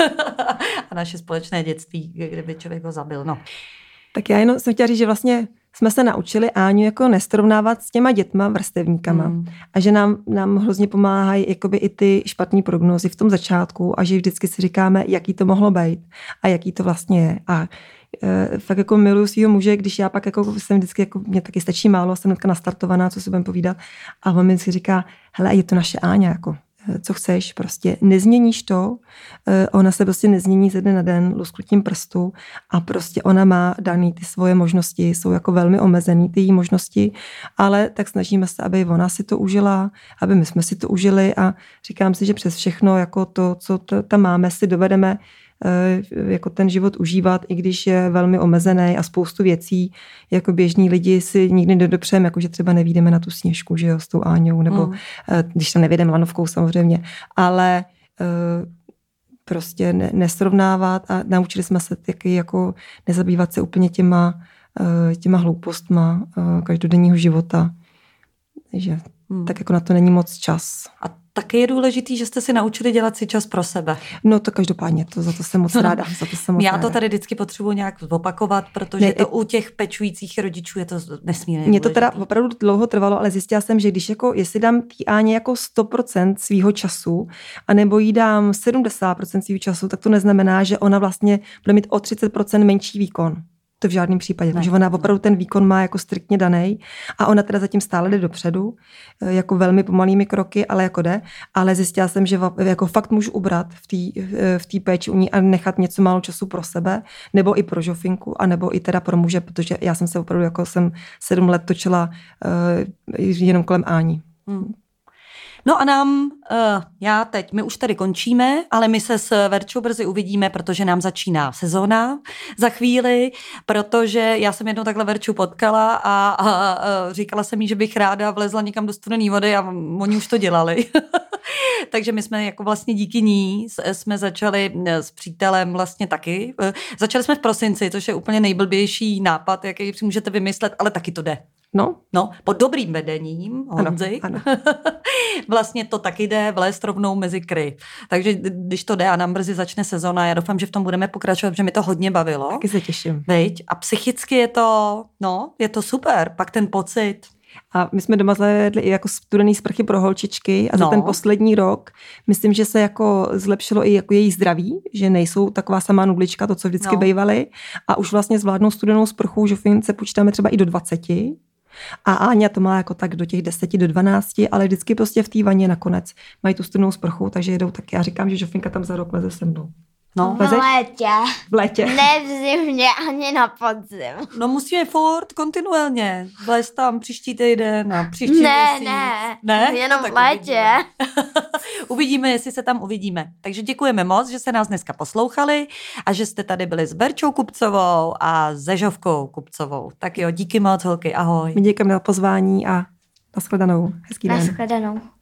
a naše společné dětství, kdyby člověk ho zabil. No. Tak já jenom jsem chtěla říct, že vlastně jsme se naučili Áňu jako nesrovnávat s těma dětma vrstevníkama Hmm. a že nám, nám hrozně pomáhají jakoby i ty špatné prognózy v tom začátku a že vždycky si říkáme, jaký to mohlo být a jaký to vlastně je. A e, fakt jako miluju svýho muže, když já pak jako jsem vždycky, jako mě taky stačí málo, jsem hnedka nastartovaná, co si budem povídat a on mi vždycky říká, hele, je to naše Áňa, jako co chceš, prostě nezměníš to, ona se prostě nezmění ze dne na den lusknutím prstu a prostě ona má daný ty svoje možnosti, jsou jako velmi omezený ty její možnosti, ale tak snažíme se, aby ona si to užila, aby my jsme si to užili a říkám si, že přes všechno jako to, co to, tam máme, si dovedeme jako ten život užívat, i když je velmi omezený a spoustu věcí, jako běžní lidi si nikdy nedopřejeme, jako že třeba nevídeme na tu Sněžku, že jo, s tou Áňou, nebo mm. když tam nevědeme lanovkou samozřejmě, ale prostě ne, nesrovnávat a naučili jsme se taky jako nezabývat se úplně těma, těma hloupostma každodenního života. Takže hmm. tak jako na to není moc čas. A taky je důležitý, že jste si naučili dělat si čas pro sebe. No to každopádně, to, za to jsem moc ráda. Za to jsem moc Já ráda. to tady vždycky potřebuji nějak opakovat, protože ne, to u těch pečujících rodičů je to nesmírně Mně to teda důležitý. opravdu dlouho trvalo, ale zjistila jsem, že když jako, jestli dám tý Áně jako sto procent svýho času, anebo jí dám sedmdesát procent svýho času, tak to neznamená, že ona vlastně bude mít o třicet procent menší výkon. To v žádném případě, protože ona opravdu ten výkon má jako striktně daný a ona teda zatím stále jde dopředu, jako velmi pomalými kroky, ale jako jde, ale zjistila jsem, že jako fakt můžu ubrat v té v té péči u ní a nechat něco málo času pro sebe, nebo i pro Žofinku, a nebo i teda pro muže, protože já jsem se opravdu jako jsem sedm let točila uh, jenom kolem Áni. Hmm. No a nám, uh, já teď, my už tady končíme, ale my se s Verčou brzy uvidíme, protože nám začíná sezóna za chvíli, protože já jsem jednou takhle Verču potkala a, a, a říkala jsem jí, že bych ráda vlezla někam do studené vody a oni už to dělali. Takže my jsme jako vlastně díky ní jsme začali s přítelem vlastně taky. Začali jsme v prosinci, což je úplně nejblbější nápad, jaký si můžete vymyslet, ale taky to jde. No. No, pod dobrým vedením Honzy. Ano, ano. Vlastně to taky jde vlézt rovnou mezi kry. Takže když to jde a nám brzy začne sezona, já doufám, že v tom budeme pokračovat, protože mi to hodně bavilo. Taky se těším. Veď? A psychicky je to, no, je to super. Pak ten pocit. A my jsme doma zavedli i jako studený sprchy pro holčičky a za No. ten poslední rok myslím, že se jako zlepšilo i jako její zdraví, že nejsou taková samá nudlička, to, co vždycky No. bývaly a už vlastně zvládnou studenou sprchu, Žofince počítáme třeba i do dvaceti. A Áňa to má jako tak do těch deseti do dvanácti, ale vždycky prostě v té vaně nakonec mají tu studenou sprchu, takže jedou taky. Já říkám, že Žofinka tam za rok leze se mnou. No. V létě. V létě. Ne v zimě ani na podzim. No musíme furt kontinuálně. Vlézt tam příští týden a příští Ne, měsíc. ne, Ne? jenom No, tak v létě. Uvidíme. uvidíme, jestli se tam uvidíme. Takže děkujeme moc, že se nás dneska poslouchali a že jste tady byli s Berčou Kupcovou a se Žofkou Kupcovou. Tak jo, díky moc, holky, ahoj. My děkujeme za pozvání a nashledanou. Hezký den. Nashledanou.